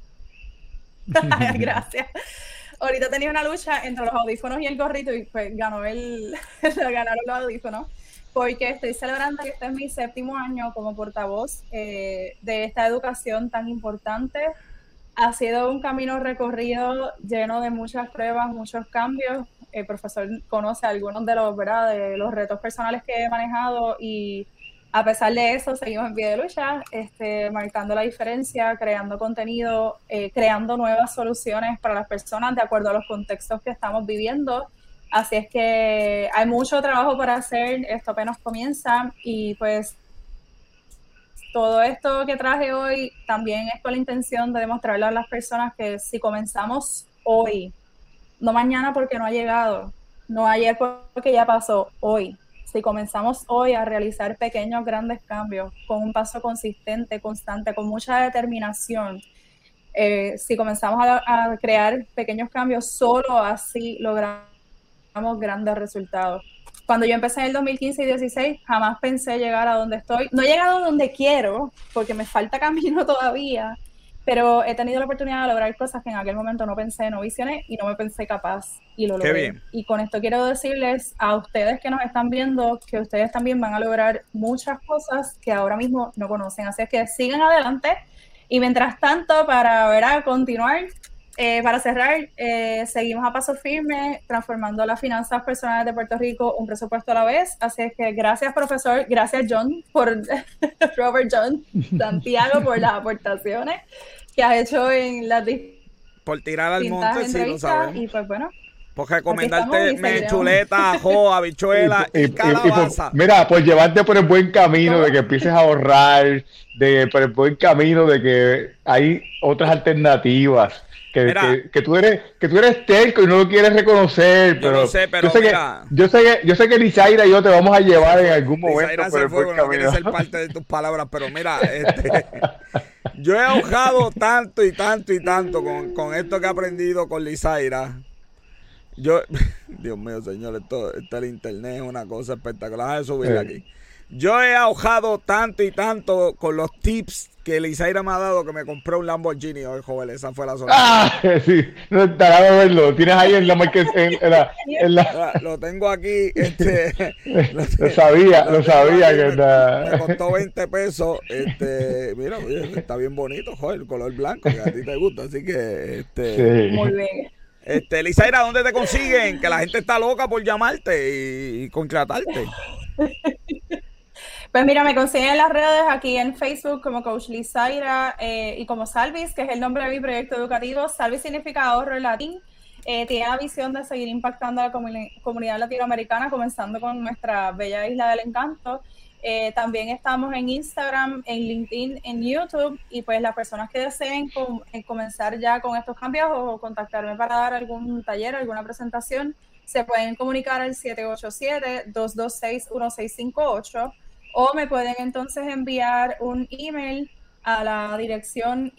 Gracias. Ahorita tenía una lucha entre los audífonos y el gorrito, y pues ganaron los audífonos, porque estoy celebrando que este es mi 7º año como portavoz de esta educación tan importante. Ha sido un camino recorrido lleno de muchas pruebas, muchos cambios. El profesor conoce algunos de los, ¿verdad?, de los retos personales que he manejado, y a pesar de eso seguimos en pie de lucha, marcando la diferencia, creando contenido, creando nuevas soluciones para las personas de acuerdo a los contextos que estamos viviendo. Así es que hay mucho trabajo por hacer, esto apenas comienza, y pues todo esto que traje hoy también es con la intención de demostrarle a las personas que si comenzamos hoy, no mañana porque no ha llegado, no ayer porque ya pasó, hoy. Si comenzamos hoy a realizar pequeños, grandes cambios con un paso consistente, constante, con mucha determinación, si comenzamos a crear pequeños cambios, solo así logramos grandes resultados. Cuando yo empecé en el 2015 y 2016, jamás pensé llegar a donde estoy. No he llegado a donde quiero, porque me falta camino todavía, pero he tenido la oportunidad de lograr cosas que en aquel momento no pensé, no visioné y no me pensé capaz, y lo logré. Qué bien. Y con esto quiero decirles a ustedes que nos están viendo que ustedes también van a lograr muchas cosas que ahora mismo no conocen. Así es que sigan adelante, y mientras tanto, para continuar, Para cerrar, seguimos a paso firme, transformando las finanzas personales de Puerto Rico un presupuesto a la vez. Así es que gracias, profesor, gracias, John, Robert John Santiago, por las aportaciones que has hecho en las por tirar al monte, sí, lo sabemos. Y pues bueno. Por recomendarte chuleta, ajo, habichuela y calabaza. Mira, pues llevarte por el buen camino de que empieces a ahorrar, por el buen camino de que hay otras alternativas. Que tú eres terco y no lo quieres reconocer, pero, yo sé que Lizaira y yo te vamos a llevar en algún momento por el buen camino. No quiere ser parte de tus palabras, pero mira, yo he ahorrado tanto y tanto y tanto con esto que he aprendido con Lizaira. Dios mío, señor, el internet es una cosa espectacular. Déjame subirla aquí. Yo he ahorrado tanto y tanto con los tips que Lizaira me ha dado que me compré un Lamborghini hoy, joven. Esa fue la sorpresa. Sí, no te hagas verlo. Tienes ahí en la Lo tengo aquí. Lo sabía que me costó 20 pesos. Mira, está bien bonito, joder, el color blanco que a ti te gusta. Así que, sí. Muy bien. Lizaira, ¿dónde te consiguen? Que la gente está loca por llamarte y contratarte. Pues mira, me consiguen en las redes aquí en Facebook como Coach Lizaira y como Salvis, que es el nombre de mi proyecto educativo. Salvis significa ahorro en latín. Tiene la visión de seguir impactando a la comunidad latinoamericana, comenzando con nuestra bella isla del encanto. También estamos en Instagram, en LinkedIn, en YouTube, y pues las personas que deseen comenzar ya con estos cambios o contactarme para dar algún taller, alguna presentación, se pueden comunicar al 787-226-1658 o me pueden entonces enviar un email a la dirección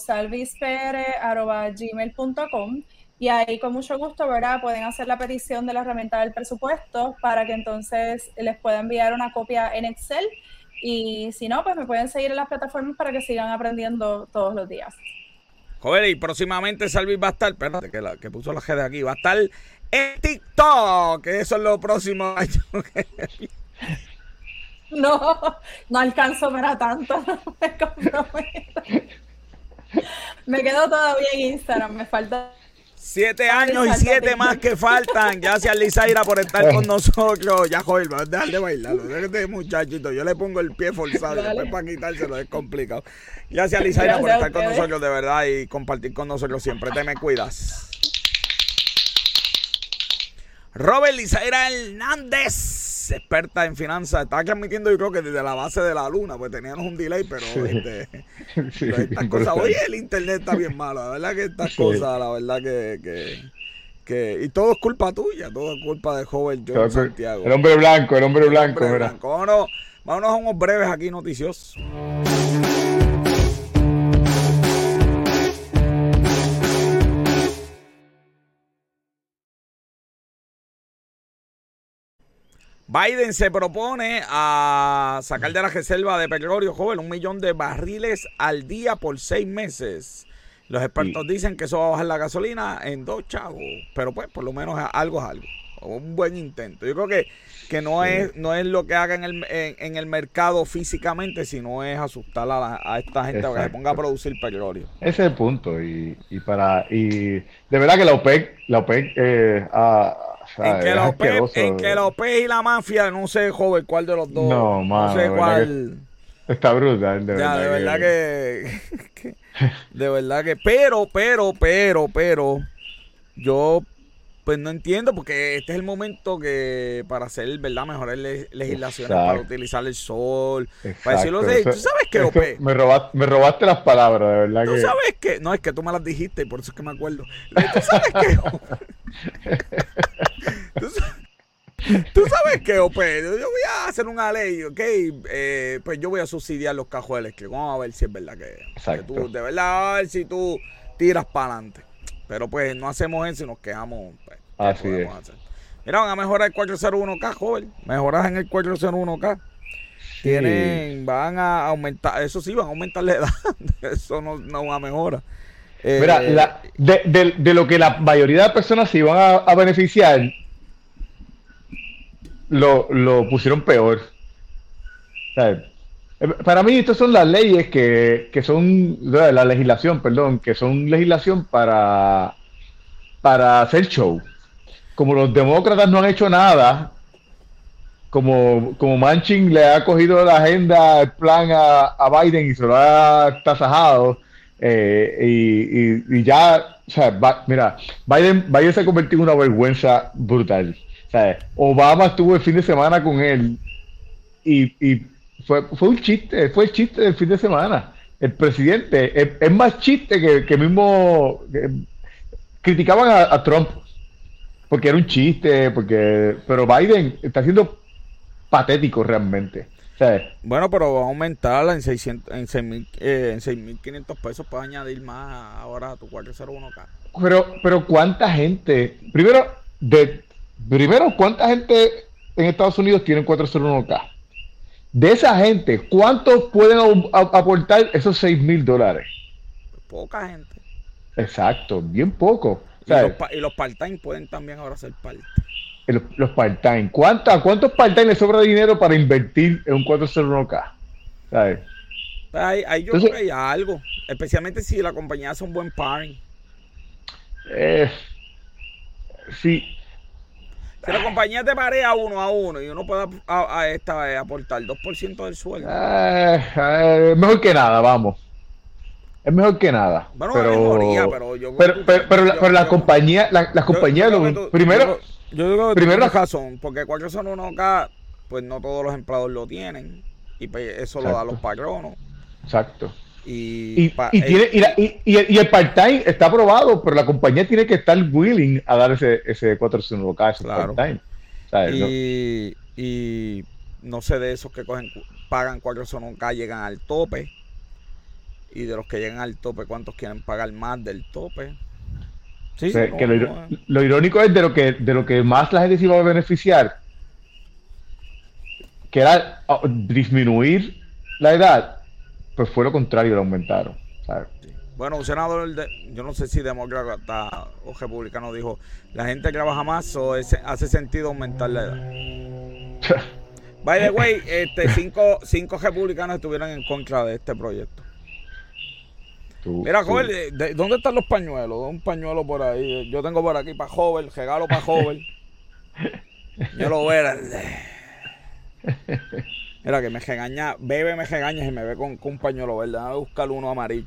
infosalvispr@gmail.com y ahí con mucho gusto, ¿verdad? Pueden hacer la petición de la herramienta del presupuesto para que entonces les pueda enviar una copia en Excel y si no, pues me pueden seguir en las plataformas para que sigan aprendiendo todos los días. Joder, y próximamente Salvis va a estar, espérate que puso la G de aquí, va a estar en TikTok, que eso es lo próximo. No alcanzo para tanto, no me comprometo. Me quedo todavía en Instagram, me falta 7 años y 7 más que faltan. Gracias, Lizaira, por estar con nosotros. Ya, joder, vamos a dejar de bailarlo. Déjate, muchachito. Yo le pongo el pie forzado. Después para quitárselo es complicado. Gracias, Lizaira, por estar con nosotros, de verdad, y compartir con nosotros siempre. Te me cuidas. Robert Lizaira Hernández, experta en finanzas. Estaba transmitiendo, yo creo que desde la base de la luna, pues teníamos un delay, pero estas cosas. Oye, el internet está bien malo. La verdad que estas cosas, la verdad que y todo es culpa tuya, todo es culpa de joven John Santiago. El hombre blanco. Vámonos a unos breves aquí noticiosos. Biden se propone a sacar de la reserva de petróleo, joven, 1 millón de barriles al día por 6 meses. Los expertos dicen que eso va a bajar la gasolina en 2 chavos, pero pues por lo menos algo es algo. Un buen intento. Yo creo que no es lo que haga en el mercado físicamente, sino es asustar a esta gente para que se ponga a producir petróleo. Ese es el punto. Y de verdad que la OPEC en que la OPEC y la mafia, no sé, joven, cuál de los dos. No sé cuál. Está brutal, de verdad. De verdad que de verdad que. Pero. Yo, pues no entiendo, porque este es el momento que para hacer, ¿verdad?, mejores legislaciones. Exacto. Para utilizar el sol. Exacto. Para decirlo así. ¿Tú sabes qué, OPEC? Me robaste las palabras, de verdad. ¿Tú sabes qué? No, es que tú me las dijiste y por eso es que me acuerdo. ¿Tú sabes qué? ¿Tú sabes qué, OPE? Yo voy a hacer una ley, ¿ok? Pues yo voy a subsidiar los cajos eléctricos. Vamos a ver si es verdad que tú, de verdad, a ver si tú tiras para adelante. Pero pues no hacemos eso y nos quejamos. Pues, así es. Hacer? Mira, van a mejorar el 401k, joven. Mejoras en el 401k. Sí. Van a aumentar, eso sí, van a aumentar la edad. Eso no es una mejora. Mira, de lo que la mayoría de personas se iban a beneficiar, lo pusieron peor. ¿Sabes? Para mí, estas son las leyes que son, la legislación, perdón, que son legislación para hacer show. Como los demócratas no han hecho nada, como Manchin le ha cogido la agenda, el plan a Biden y se lo ha tasajado, y ya, o sea, mira, Biden se ha convertido en una vergüenza brutal. O sea, Obama estuvo el fin de semana con él y fue un chiste, fue el chiste del fin de semana. El presidente es más chiste que mismo criticaban a Trump porque era un chiste, pero Biden está siendo patético realmente. O sea, bueno, pero va a aumentarla en 600, en 6.500 pesos, puedes añadir más ahora a tu 401k. Pero cuánta gente, primero, cuánta gente en Estados Unidos tiene 401k. De esa gente, ¿cuántos pueden aportar esos $6,000? Poca gente. Exacto, bien poco. Y los part-time pueden también ahora ser parte. Los part-time. ¿Cuántos part-time les sobra dinero para invertir en un 401k? ¿Sabes? Ahí yo creo que hay algo. Especialmente si la compañía hace un buen pairing. Sí. Si la compañía te parea 1 a 1 y uno puede aportar 2% del sueldo. Mejor que nada, vamos. Es mejor que nada. Bueno, pero las compañías, primero, yo digo que tienes razón, porque 401k, pues no todos los empleados lo tienen, y pues eso lo dan los patronos. Exacto. Y el part-time está aprobado, pero la compañía tiene que estar willing a dar ese 401k, ese claro. part-time. ¿Sabes? Y no sé de esos que pagan 401k, llegan al tope. Y de los que llegan al tope, ¿cuántos quieren pagar más del tope? Sí, o sea, que lo irónico es de lo que más la gente se iba a beneficiar, que era disminuir la edad, pues fue lo contrario, lo aumentaron, ¿sabes? Bueno, un senador, yo no sé si demócrata o republicano, dijo, la gente que trabaja más hace sentido aumentar la edad. By the way, 5 republicanos estuvieron en contra de este proyecto. Mira, joven, ¿dónde están los pañuelos? Un pañuelo por ahí. Yo tengo por aquí para joven, regalo para joven. Yo lo verde. Mira, que me regaña, me regaña y me ve con un pañuelo verde. Déjame buscar uno amarillo.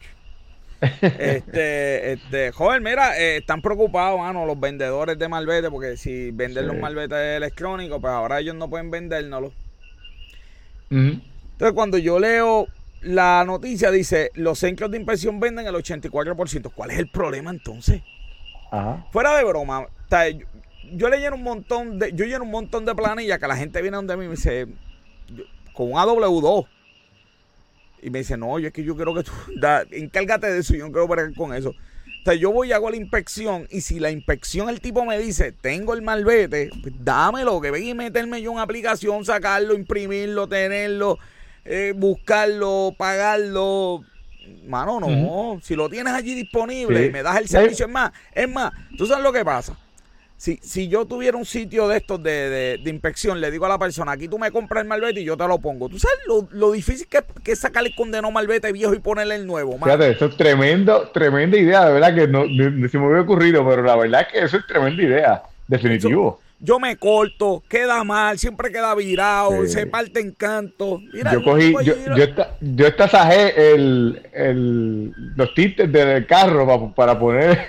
Joven, mira, están preocupados, mano, los vendedores de malvete, porque si venden los malvetes electrónicos, pues ahora ellos no pueden vendérnoslos. Entonces, cuando yo leo la noticia, dice, los centros de inspección venden el 84%. ¿Cuál es el problema entonces? Ajá. Fuera de broma, o sea, yo lleno un montón de planillas que la gente viene donde mí y me dice, con un AW2. Y me dice, no, es que yo quiero que tú encárgate de eso, yo no quiero bregar con eso. O sea, yo voy y hago la inspección, y si la inspección el tipo me dice, tengo el malvete, pues dámelo, que venga y meterme yo en una aplicación, sacarlo, imprimirlo, tenerlo, buscarlo, pagarlo. Mano, no. Si lo tienes allí disponible y me das el servicio, es más, ¿tú sabes lo que pasa? Si yo tuviera un sitio de estos de inspección, le digo a la persona, aquí tú me compras el malvete y yo te lo pongo. ¿Tú sabes lo difícil que es sacar el condenado malvete viejo y ponerle el nuevo, man? Fíjate, eso es tremenda idea, de verdad que no se me había ocurrido, pero la verdad es que eso es tremenda idea, definitivo. Yo me corto, queda mal, siempre queda virado, se parte en canto. Mira, yo tasajé los tintes del carro para poner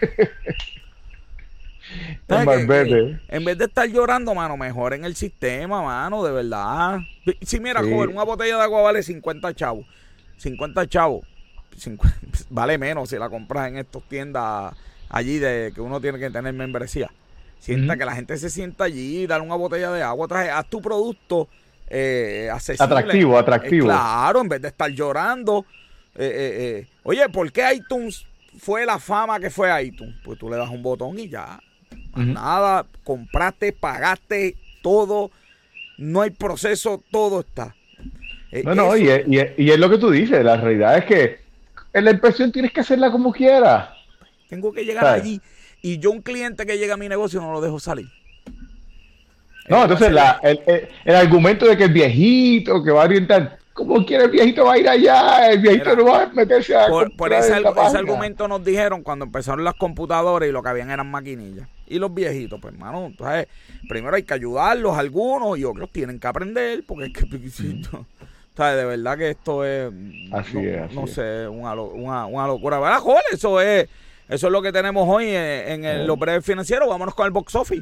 el malvete. En vez de estar llorando, mano, mejoren el sistema, mano, de verdad. Si mira, joven, una botella de agua vale 50 chavos. 50 chavos. Vale menos si la compras en estas tiendas allí de que uno tiene que tener membresía. Sienta que la gente se sienta allí, dar una botella de agua, haz tu producto accesible. Atractivo. Claro, en vez de estar llorando. Oye, ¿por qué iTunes fue la fama que fue iTunes? Pues tú le das un botón y ya. Nada, compraste, pagaste, todo. No hay proceso, todo está. Y es lo que tú dices. La realidad es que en la impresión tienes que hacerla como quieras. Tengo que llegar allí. Y yo un cliente que llega a mi negocio no lo dejo salir. No, entonces el argumento de que el viejito que va a orientar, ¿cómo quiere el viejito va a ir allá? El viejito no va a meterse a por ese argumento nos dijeron cuando empezaron las computadoras y lo que habían eran maquinillas. Y los viejitos, pues, hermano, entonces, primero hay que ayudarlos algunos y otros tienen que aprender, porque es que, ¿sabes? De verdad que esto es, no sé, una locura. ¿Verdad, joder? Eso es lo que tenemos hoy en los breves financieros. Vámonos con el box office.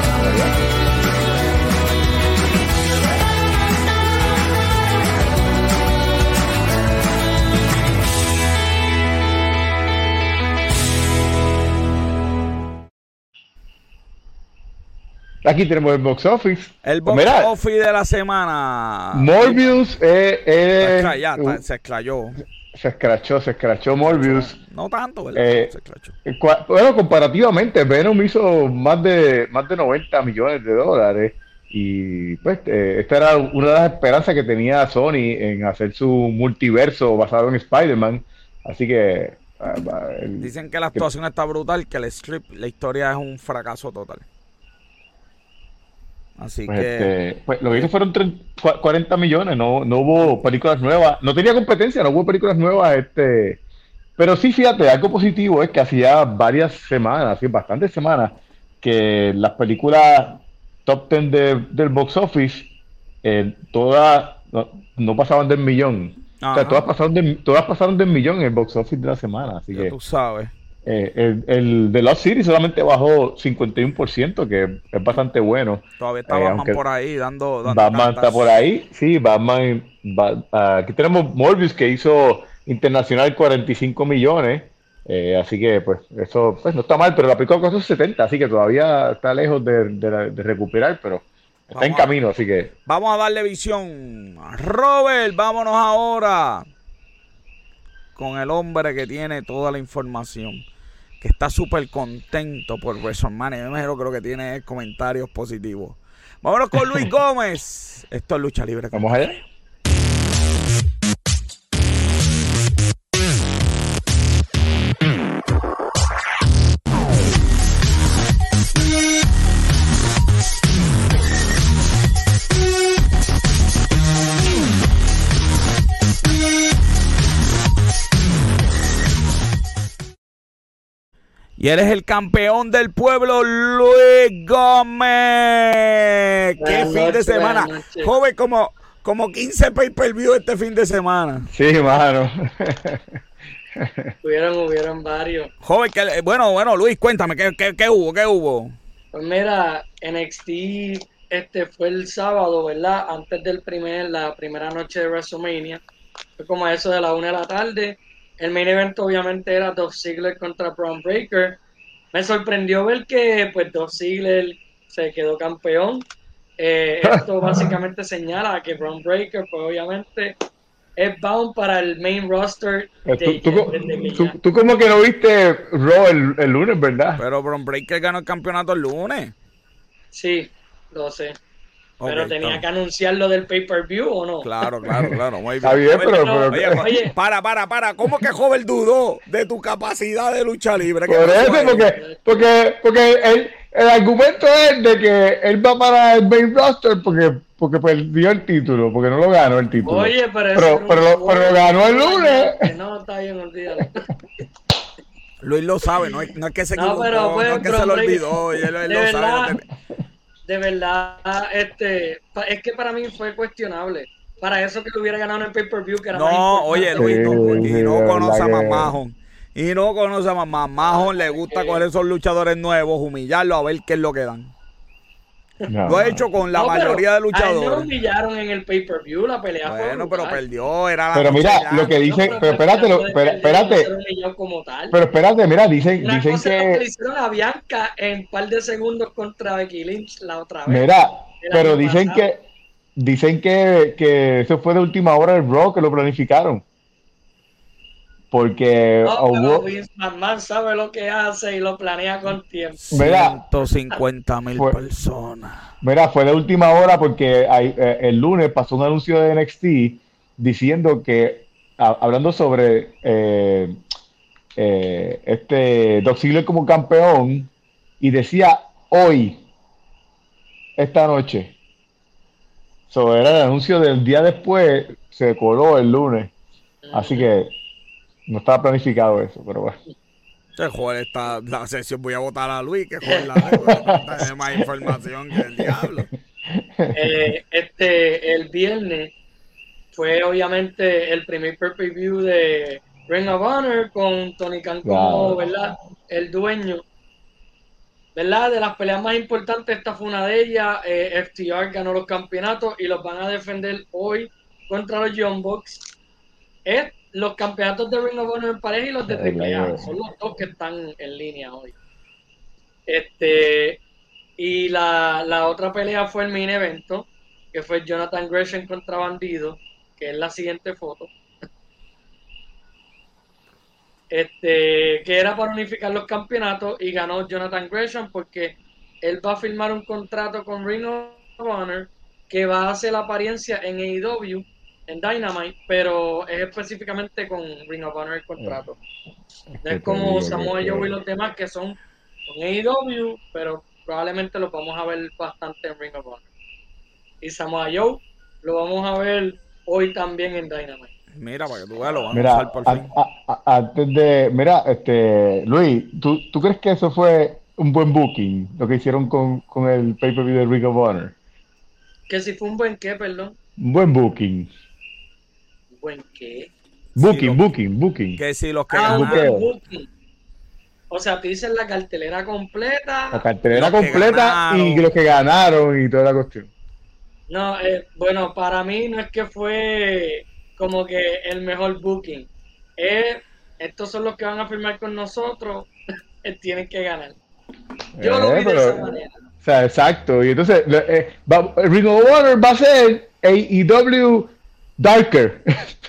Aquí tenemos el box office. El box office de la semana. Morbius se escrachó. Se escrachó Morbius. No tanto, ¿verdad? Se escrachó. Bueno, comparativamente, Venom hizo más de 90 millones de dólares. Y pues esta era una de las esperanzas que tenía Sony en hacer su multiverso basado en Spider-Man. Así que dicen que la actuación está brutal, que el script, la historia es un fracaso total. Así pues que pues lo que hizo fueron 40 millones, no hubo películas nuevas, no tenía competencia, no hubo películas nuevas, pero sí, fíjate, algo positivo es que hacía varias semanas, bastantes semanas, que las películas top 10 del box office, todas no pasaban del millón. Ajá. O sea, todas pasaron del millón en el box office de la semana, así ya que tú sabes. El de Lost City solamente bajó 51%, que es bastante bueno. Todavía está Batman por ahí dando Batman está por ahí, sí, Batman. Aquí tenemos Morbius, que hizo internacional 45 millones, así que pues eso pues no está mal, pero la película costó 70, así que todavía está lejos de recuperar, pero está en camino, así que vamos a darle visión. Robert, vámonos ahora con el hombre que tiene toda la información, que está súper contento por WrestleMania. Yo me creo que tiene comentarios positivos. Vámonos con Luis Gómez. Esto es Lucha Libre. Vamos allá. Y él es el campeón del pueblo, Luis Gómez. ¡Qué fin de semana! Joven, como 15 pay-per-view este fin de semana. Sí, mano. Hubieron varios. Joven, bueno, Luis, cuéntame, ¿qué hubo? Pues mira, NXT fue el sábado, ¿verdad? Antes del la primera noche de WrestleMania. Fue como a eso de la 1 de la tarde. El main event obviamente era Dolph Ziggler contra Bron Breakker. Me sorprendió ver que pues Dolph Ziggler se quedó campeón. Esto básicamente señala que Bron Breakker pues obviamente es bound para el main roster. Tú como que no viste Raw el lunes, ¿verdad? Pero Bron Breakker ganó el campeonato el lunes. Sí, lo sé. Pero tenía que anunciar lo del pay-per-view, ¿o no? Claro. Muy bien. Está bien, pero oye, para. ¿Cómo que Joven dudó de tu capacidad de lucha libre? Por eso, porque el argumento es de que él va para el main roster porque perdió el título, porque no lo ganó el título. Oye, pero lo ganó el lunes. No, está bien, olvídalo. Luis lo sabe, no es que se equivocó, no es que se lo olvidó, él lo sabe. De verdad, es que para mí fue cuestionable. Para eso que lo hubiera ganado en el pay-per-view, que era más importante. Oye, Luis, no conoce a Mahon. Y no conoce a Mahon. Le gusta coger esos luchadores nuevos, humillarlos, a ver qué es lo que dan. Lo ha hecho con la mayoría de luchadores. No lo humillaron en el pay-per-view, la pelea fue brutal. Pero perdió, era la Pero mira, lo que dicen, pero espérate. Pero espérate, mira, dicen que le hicieron a Bianca en un par de segundos contra Becky Lynch la otra vez. Mira, pero dicen que eso fue de última hora el Raw, que lo planificaron. Porque pero Vince McMahon sabe lo que hace y lo planea con tiempo. 150,000 personas. Mira, fue de última hora porque el lunes pasó un anuncio de NXT diciendo que, hablando sobre Dolph Ziggler como campeón, y decía hoy, esta noche. Era el anuncio del día después. se coló el lunes. Así que no estaba planificado eso, pero bueno. Joder, la sesión voy a votar a Luis, que joder la tiene más información que el diablo. El viernes fue obviamente el primer pay-per-view de Ring of Honor con Tony Khan como, ¿verdad? El dueño, ¿verdad? De las peleas más importantes, esta fue una de ellas. FTR ganó los campeonatos y los van a defender hoy contra los Young Bucks. Los campeonatos de Ring of Honor en pareja y los de AAA son los dos que están en línea hoy. Y la otra pelea fue el main evento, que fue Jonathan Gresham contra Bandido, que es la siguiente foto. Que era para unificar los campeonatos, y ganó Jonathan Gresham porque él va a firmar un contrato con Ring of Honor que va a hacer la apariencia en AEW, en Dynamite, pero es específicamente con Ring of Honor el contrato. No es como Samoa Joe y los demás que son con AEW, pero probablemente lo vamos a ver bastante en Ring of Honor. Y Samoa Joe lo vamos a ver hoy también en Dynamite. Mira, para que tú veas, lo van a usar por fin. Antes de... Luis, ¿tú crees que eso fue un buen booking, lo que hicieron con el pay-per-view de Ring of Honor? ¿Que si fue un buen qué, perdón? Un buen booking. ¿Un buen qué? Booking. Que si los que booking. O sea, te dicen la cartelera completa. La cartelera completa y los que ganaron y toda la cuestión. No, bueno, para mí no es que fue como que el mejor booking. Estos son los que van a firmar con nosotros, tienen que ganar. Yo lo vi de esa manera. O sea, exacto. Y entonces, Ring of Honor va a ser AEW Darker.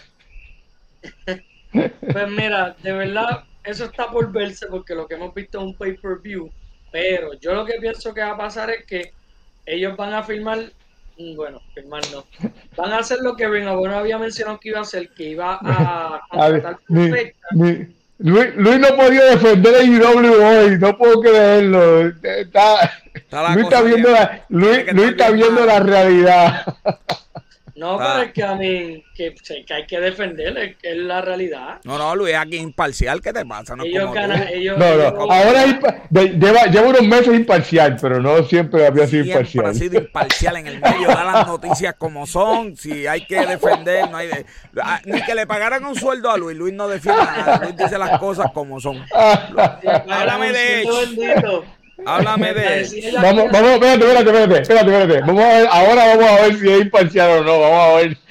Pues mira, de verdad, eso está por verse porque lo que hemos visto es un pay-per-view. Pero yo lo que pienso que va a pasar es que ellos van a firmar no. Van a hacer lo que Ring of Honor había mencionado que iba a hacer, que iba a contratar perfecta. Luis no podía defender a AEW hoy, no puedo creerlo. Luis está viendo la realidad. No, pero es que a mí que hay que defender, es la realidad. No, Luis, aquí imparcial, ¿qué te pasa? No, ahora lleva unos meses imparcial, pero no siempre había sido imparcial. Siempre ha sido imparcial en el medio, da las noticias como son, si hay que defender, no hay ni que le pagaran un sueldo a Luis no defiende nada, Luis dice las cosas como son. Háblame de eso. Háblame de eso. Vamos, espérate. Ahora vamos a ver si es imparcial o no. Vamos a ver.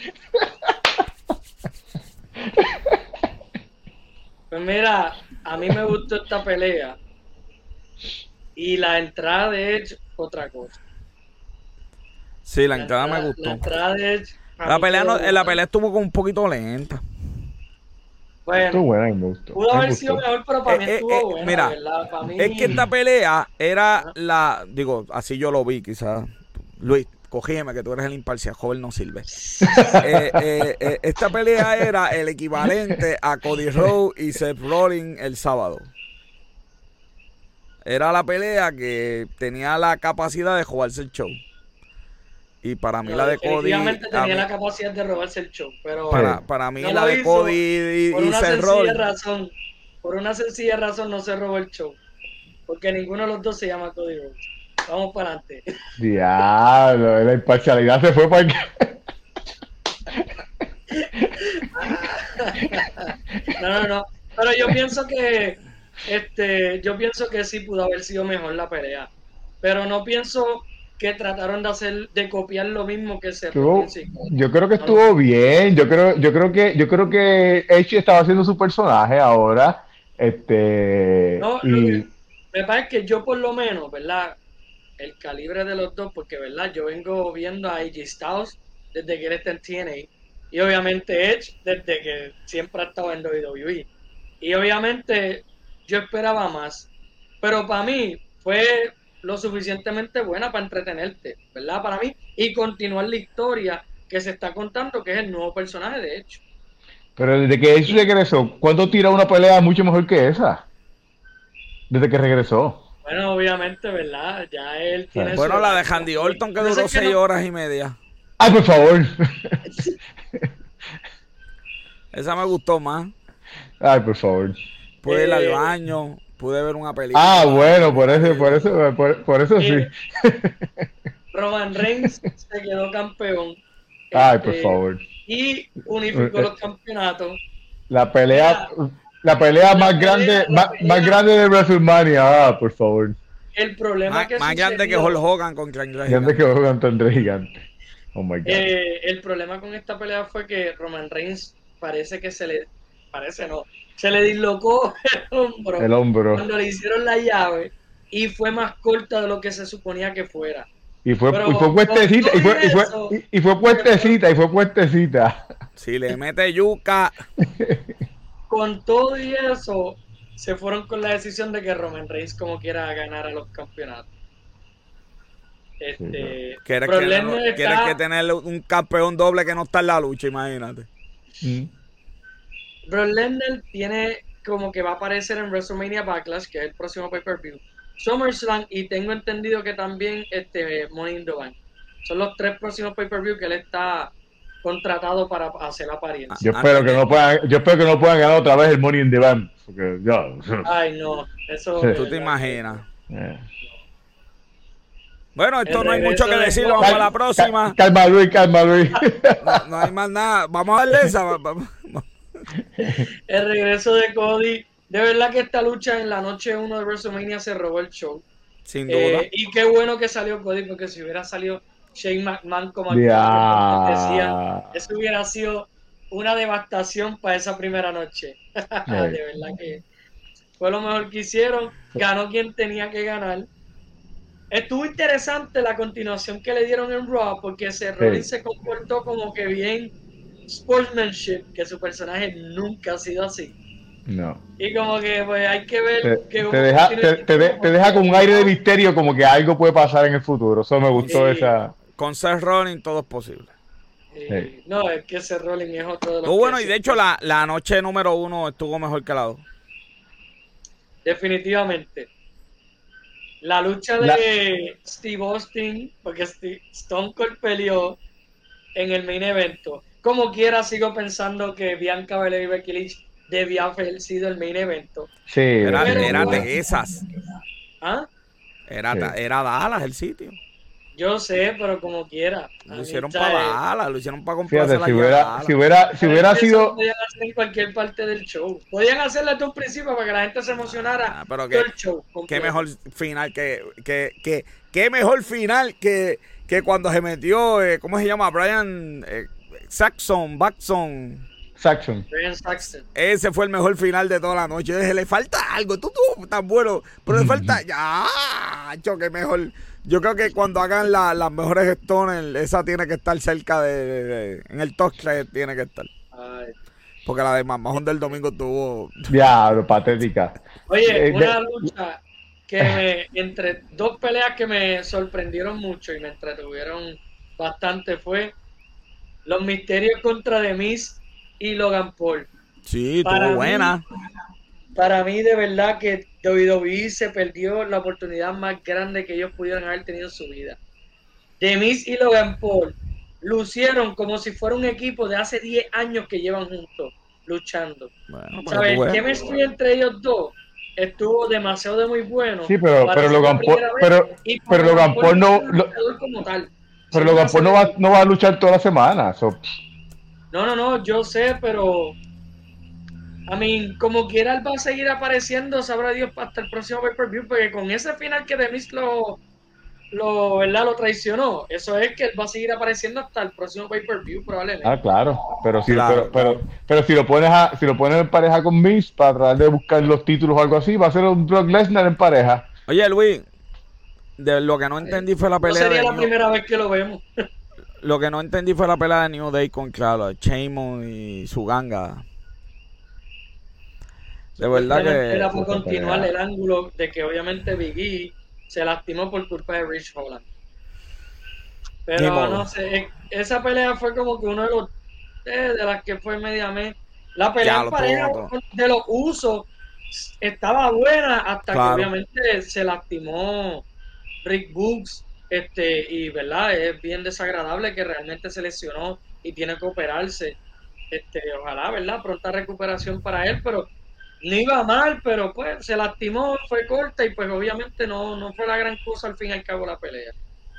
Pues mira, a mí me gustó esta pelea. Y la entrada de Edge, otra cosa. Sí, la entrada me gustó. La entrada de Edge. La pelea estuvo como un poquito lenta. Bueno, estuvo buena, me gustó. Pudo haber sido mejor, pero para mí estuvo buena. Mira, ¿verdad? Para mí... es que esta pelea era así yo lo vi, quizás. Luis, cogíeme que tú eres el imparcial, joven no sirve. Esta pelea era el equivalente a Cody Rhodes y Seth Rollins el sábado. Era la pelea que tenía la capacidad de jugarse el show. Y para mí la de Cody... tenía la capacidad de robarse el show, pero... Para mí la de Cody y Seth Rollins... Por una sencilla razón no se robó el show. Porque ninguno de los dos se llama Cody Rhodes. Vamos para adelante. Diablo, la imparcialidad se fue para No. Pero yo pienso que sí pudo haber sido mejor la pelea. Pero no pienso que trataron de copiar lo mismo que se yo creo que estuvo bien. Yo creo que Edge estaba haciendo su personaje ahora. Me parece que yo por lo menos, ¿verdad? El calibre de los dos, porque verdad, yo vengo viendo a AJ Styles desde que él está en TNA, y obviamente Edge desde que siempre ha estado en WWE, y obviamente yo esperaba más, pero para mí fue lo suficientemente buena para entretenerte, ¿verdad? Para mí, y continuar la historia que se está contando, que es el nuevo personaje de Edge. Pero desde que Edge regresó, ¿cuándo tira una pelea mucho mejor que esa? Desde que regresó. Bueno, obviamente, ¿verdad? Ya él tiene... Bueno, la de Randy Orton que duró 6 horas y media. ¡Ay, por favor! Esa me gustó más. Ay, por favor. Pude ir al baño, pude ver una película. Ah, bueno, por eso sí. Roman Reigns se quedó campeón. Ay, por favor. Y unificó los campeonatos. La pelea más grande de WrestleMania. Ah, por favor. El problema que más grande que Hulk Hogan contra Andre Gigante. Grande que Hulk Hogan contra Andre Gigante. Oh my God. El problema con esta pelea fue que Roman Reigns se le dislocó el hombro cuando le hicieron la llave y fue más corta de lo que se suponía que fuera. Y fue puestecita, y fue puestecita. Si le mete yuca. Con todo y eso, se fueron con la decisión de que Roman Reigns como quiera ganar a los campeonatos. ¿Quieres que tener un campeón doble que no está en la lucha? Imagínate. Brock Lesnar tiene como que va a aparecer en WrestleMania Backlash, que es el próximo pay-per-view, SummerSlam, y tengo entendido que también Money in the Bank. Son los 3 próximos pay-per-view que él está contratado para hacer la apariencia. Yo espero que no puedan ganar otra vez el Money in the Bank. Porque Ay, no, eso. ¿Tú te imaginas? Bueno, esto no hay mucho que decir, vamos a la próxima. Calma, Luis. No hay más nada. Vamos a darle esa. El regreso de Cody. De verdad que esta lucha en la noche 1 de WrestleMania se robó el show. Sin duda. Y qué bueno que salió Cody, porque si hubiera salido Shane McMahon como decía, eso hubiera sido una devastación para esa primera noche. De verdad que fue lo mejor que hicieron. Ganó quien tenía que ganar. Estuvo interesante la continuación que le dieron en Raw, porque Rollins se comportó como que bien sportsmanship, que su personaje nunca ha sido así. No. Y como que pues hay que ver te deja con un aire de misterio, como que algo puede pasar en el futuro. Eso me gustó esa. Con Seth Rollins todo es posible. No, es que Seth Rollins es otro de los bueno, y de hecho la noche número 1 estuvo mejor que la 2. Definitivamente. La lucha de Steve Austin, porque Stone Cold peleó en el main evento. Como quiera, sigo pensando que Bianca Belair y Becky Lynch debía haber sido el main evento. Sí, era de esas. ¿Ah? Era Dallas el sitio. Yo sé, pero como quiera. Lo hicieron para Dallas, lo hicieron para comprarse la si hubiera sido... Podían hacer en cualquier parte del show. Podían hacerlo desde un principio para que la gente se emocionara pero todo el show. Qué mejor final qué mejor final que cuando se metió, ¿cómo se llama? Brian Saxon. Ese fue el mejor final de toda la noche. Yo dije, le falta algo, tú tan bueno, pero le falta que mejor. Yo creo que cuando hagan las mejores Stoner, esa tiene que estar cerca en el top 3 tiene que estar. Ay. Porque la de Mamajón del domingo tuvo... Diablo, patética. Oye, una lucha que entre 2 peleas que me sorprendieron mucho y me entretuvieron bastante fue los misterios contra The Miz y Logan Paul. Sí, estuvo buena. Para mí, de verdad que WWE se perdió la oportunidad más grande que ellos pudieran haber tenido en su vida. The Miz y Logan Paul lucieron como si fuera un equipo de hace 10 años que llevan juntos, luchando. Bueno, ¿sabes? El chemistry entre ellos dos estuvo demasiado de muy bueno. Sí, pero Logan Paul, pero Logan Paul no... como tal. Pero Logan Paul no va a luchar toda la semana. No, yo sé, pero... como quiera, él va a seguir apareciendo, sabrá Dios, hasta el próximo pay-per-view, porque con ese final que The Miz lo traicionó, eso es que él va a seguir apareciendo hasta el próximo pay-per-view, probablemente. Ah, claro, pero si lo pones en pareja con Miz para tratar de buscar los títulos o algo así, va a ser un Brock Lesnar en pareja. Oye, Luis, de lo que no entendí fue la pelea. No sería la primera vez que lo vemos. Lo que no entendí fue la pelea de New Day con Sheamus y su ganga. De verdad que... Era por continuar el ángulo de que obviamente Big E se lastimó por culpa de Rich Holland. Pero no sé, esa pelea fue como que uno de los de las que fue media mes. La pelea en pareja de los usos estaba buena hasta que obviamente se lastimó Rick Books, y verdad, es bien desagradable que realmente se lesionó y tiene que operarse. Ojalá, ¿verdad? Pronta recuperación para él, pero no iba mal, pero pues se lastimó, fue corta y pues obviamente no fue la gran cosa al fin y al cabo la pelea.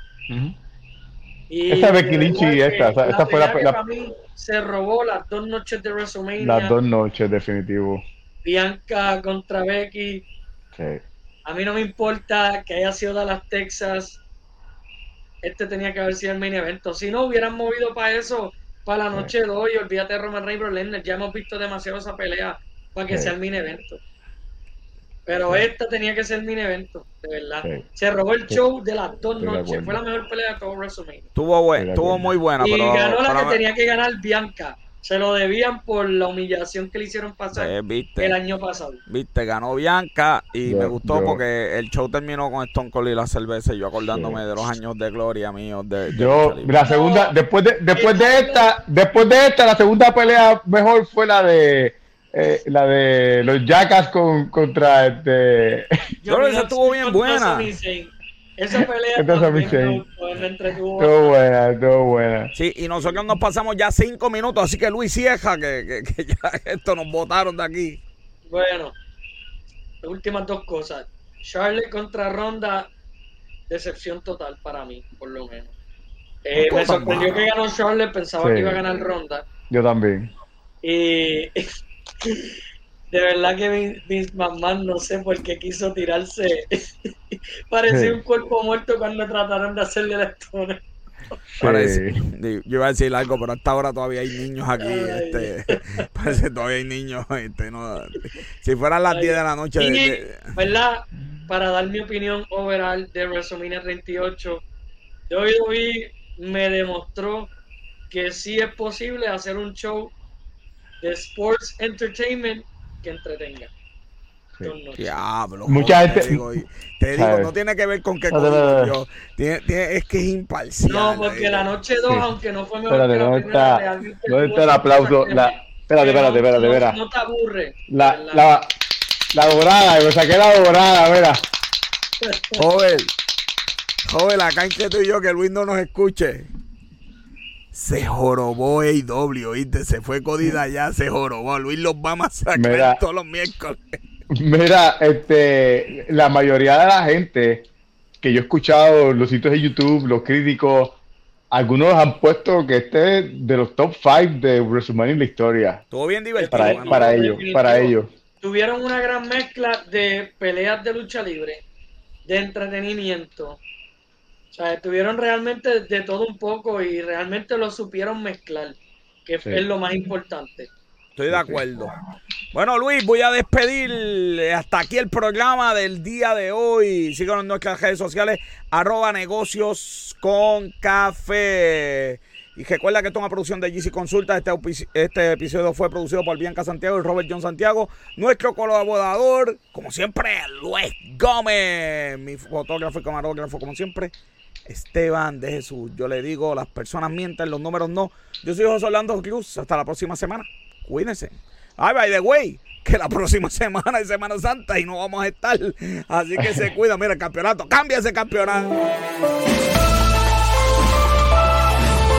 Y esa Becky Lynch y esta fue la para mí se robó las 2 noches de WrestleMania. Las 2 noches, definitivo. Bianca contra Becky. Sí. A mí no me importa que haya sido Dallas, Texas. Tenía que haber sido el main evento. Si no hubieran movido para eso, para la noche de hoy, olvídate de Roman Reigns y Brock Lesnar. Ya hemos visto demasiado esa pelea para que sea el main evento. Pero esta tenía que ser el main evento, de verdad. Sí. Se robó el show de las 2 noches. Fue la mejor pelea de todo WrestleMania. Estuvo muy buena. Y pero ganó la que tenía que ganar Bianca. Se lo debían por la humillación que le hicieron pasar el año pasado. Viste, ganó Bianca y me gustó porque el show terminó con Stone Cold y la cerveza. Y yo acordándome de los años de gloria míos. La segunda, después de esta, la segunda pelea mejor fue la de los Jackass contra Yo creo que esa estuvo bien buena. Esa pelea estuvo buena. Sí, y nosotros nos pasamos ya 5 minutos, así que Luis Cieja, que ya esto nos botaron de aquí. Bueno, las últimas 2 cosas. Charlotte contra Ronda, decepción total para mí, por lo menos. Me sorprendió que ganó Charlotte, pensaba que iba a ganar Ronda. Yo también. Y de verdad que Vince McMahon no sé por qué quiso tirarse. Parecía un cuerpo muerto cuando trataron de hacerle la historia. Yo iba a decir algo, pero hasta ahora todavía hay niños aquí. Parece que todavía hay niños. Si fueran las 10 de la noche. ¿Verdad? Para dar mi opinión overall de WrestleMania 38, WWE me demostró que sí es posible hacer un show de sports entertainment que entretenga. Diablo, mucha gente te digo, no tiene que ver con qué cosa es que es imparcial. No, porque la noche 2, aunque no fue mejor que la primera, ¿dónde está el aplauso? Espérate. No te aburre. La dorada, me saqué la dorada, mira. Joven, acá entre tú y yo, que Luis no nos escuche. Se jorobó AEW, ¿viste? Se fue Cody de allá, se jorobó. Luis los va a masacrar todos los miércoles. Mira, la mayoría de la gente que yo he escuchado, los sitios de YouTube, los críticos, algunos han puesto que de los top 5 de WrestleMania en la historia. Estuvo bien divertido. Para ellos. Tuvieron una gran mezcla de peleas de lucha libre, de entretenimiento. O sea, tuvieron realmente de todo un poco y realmente lo supieron mezclar, que es lo más importante. Estoy de acuerdo. Bueno, Luis, voy a despedir hasta aquí el programa del día de hoy. Síganos en nuestras redes sociales, @negociosconcafé. Y recuerda que esto es una producción de GC Consulta. Este episodio fue producido por Bianca Santiago y Robert John Santiago. Nuestro colaborador, como siempre, Luis Gómez. Mi fotógrafo y camarógrafo, como siempre, Esteban de Jesús. Yo le digo, las personas mienten, los números no. Yo soy José Orlando Cruz. Hasta la próxima semana. Cuídense. Ay, by the way, que la próxima semana es Semana Santa y no vamos a estar. Así que se cuida. Mira, el campeonato. Cambia ese campeonato.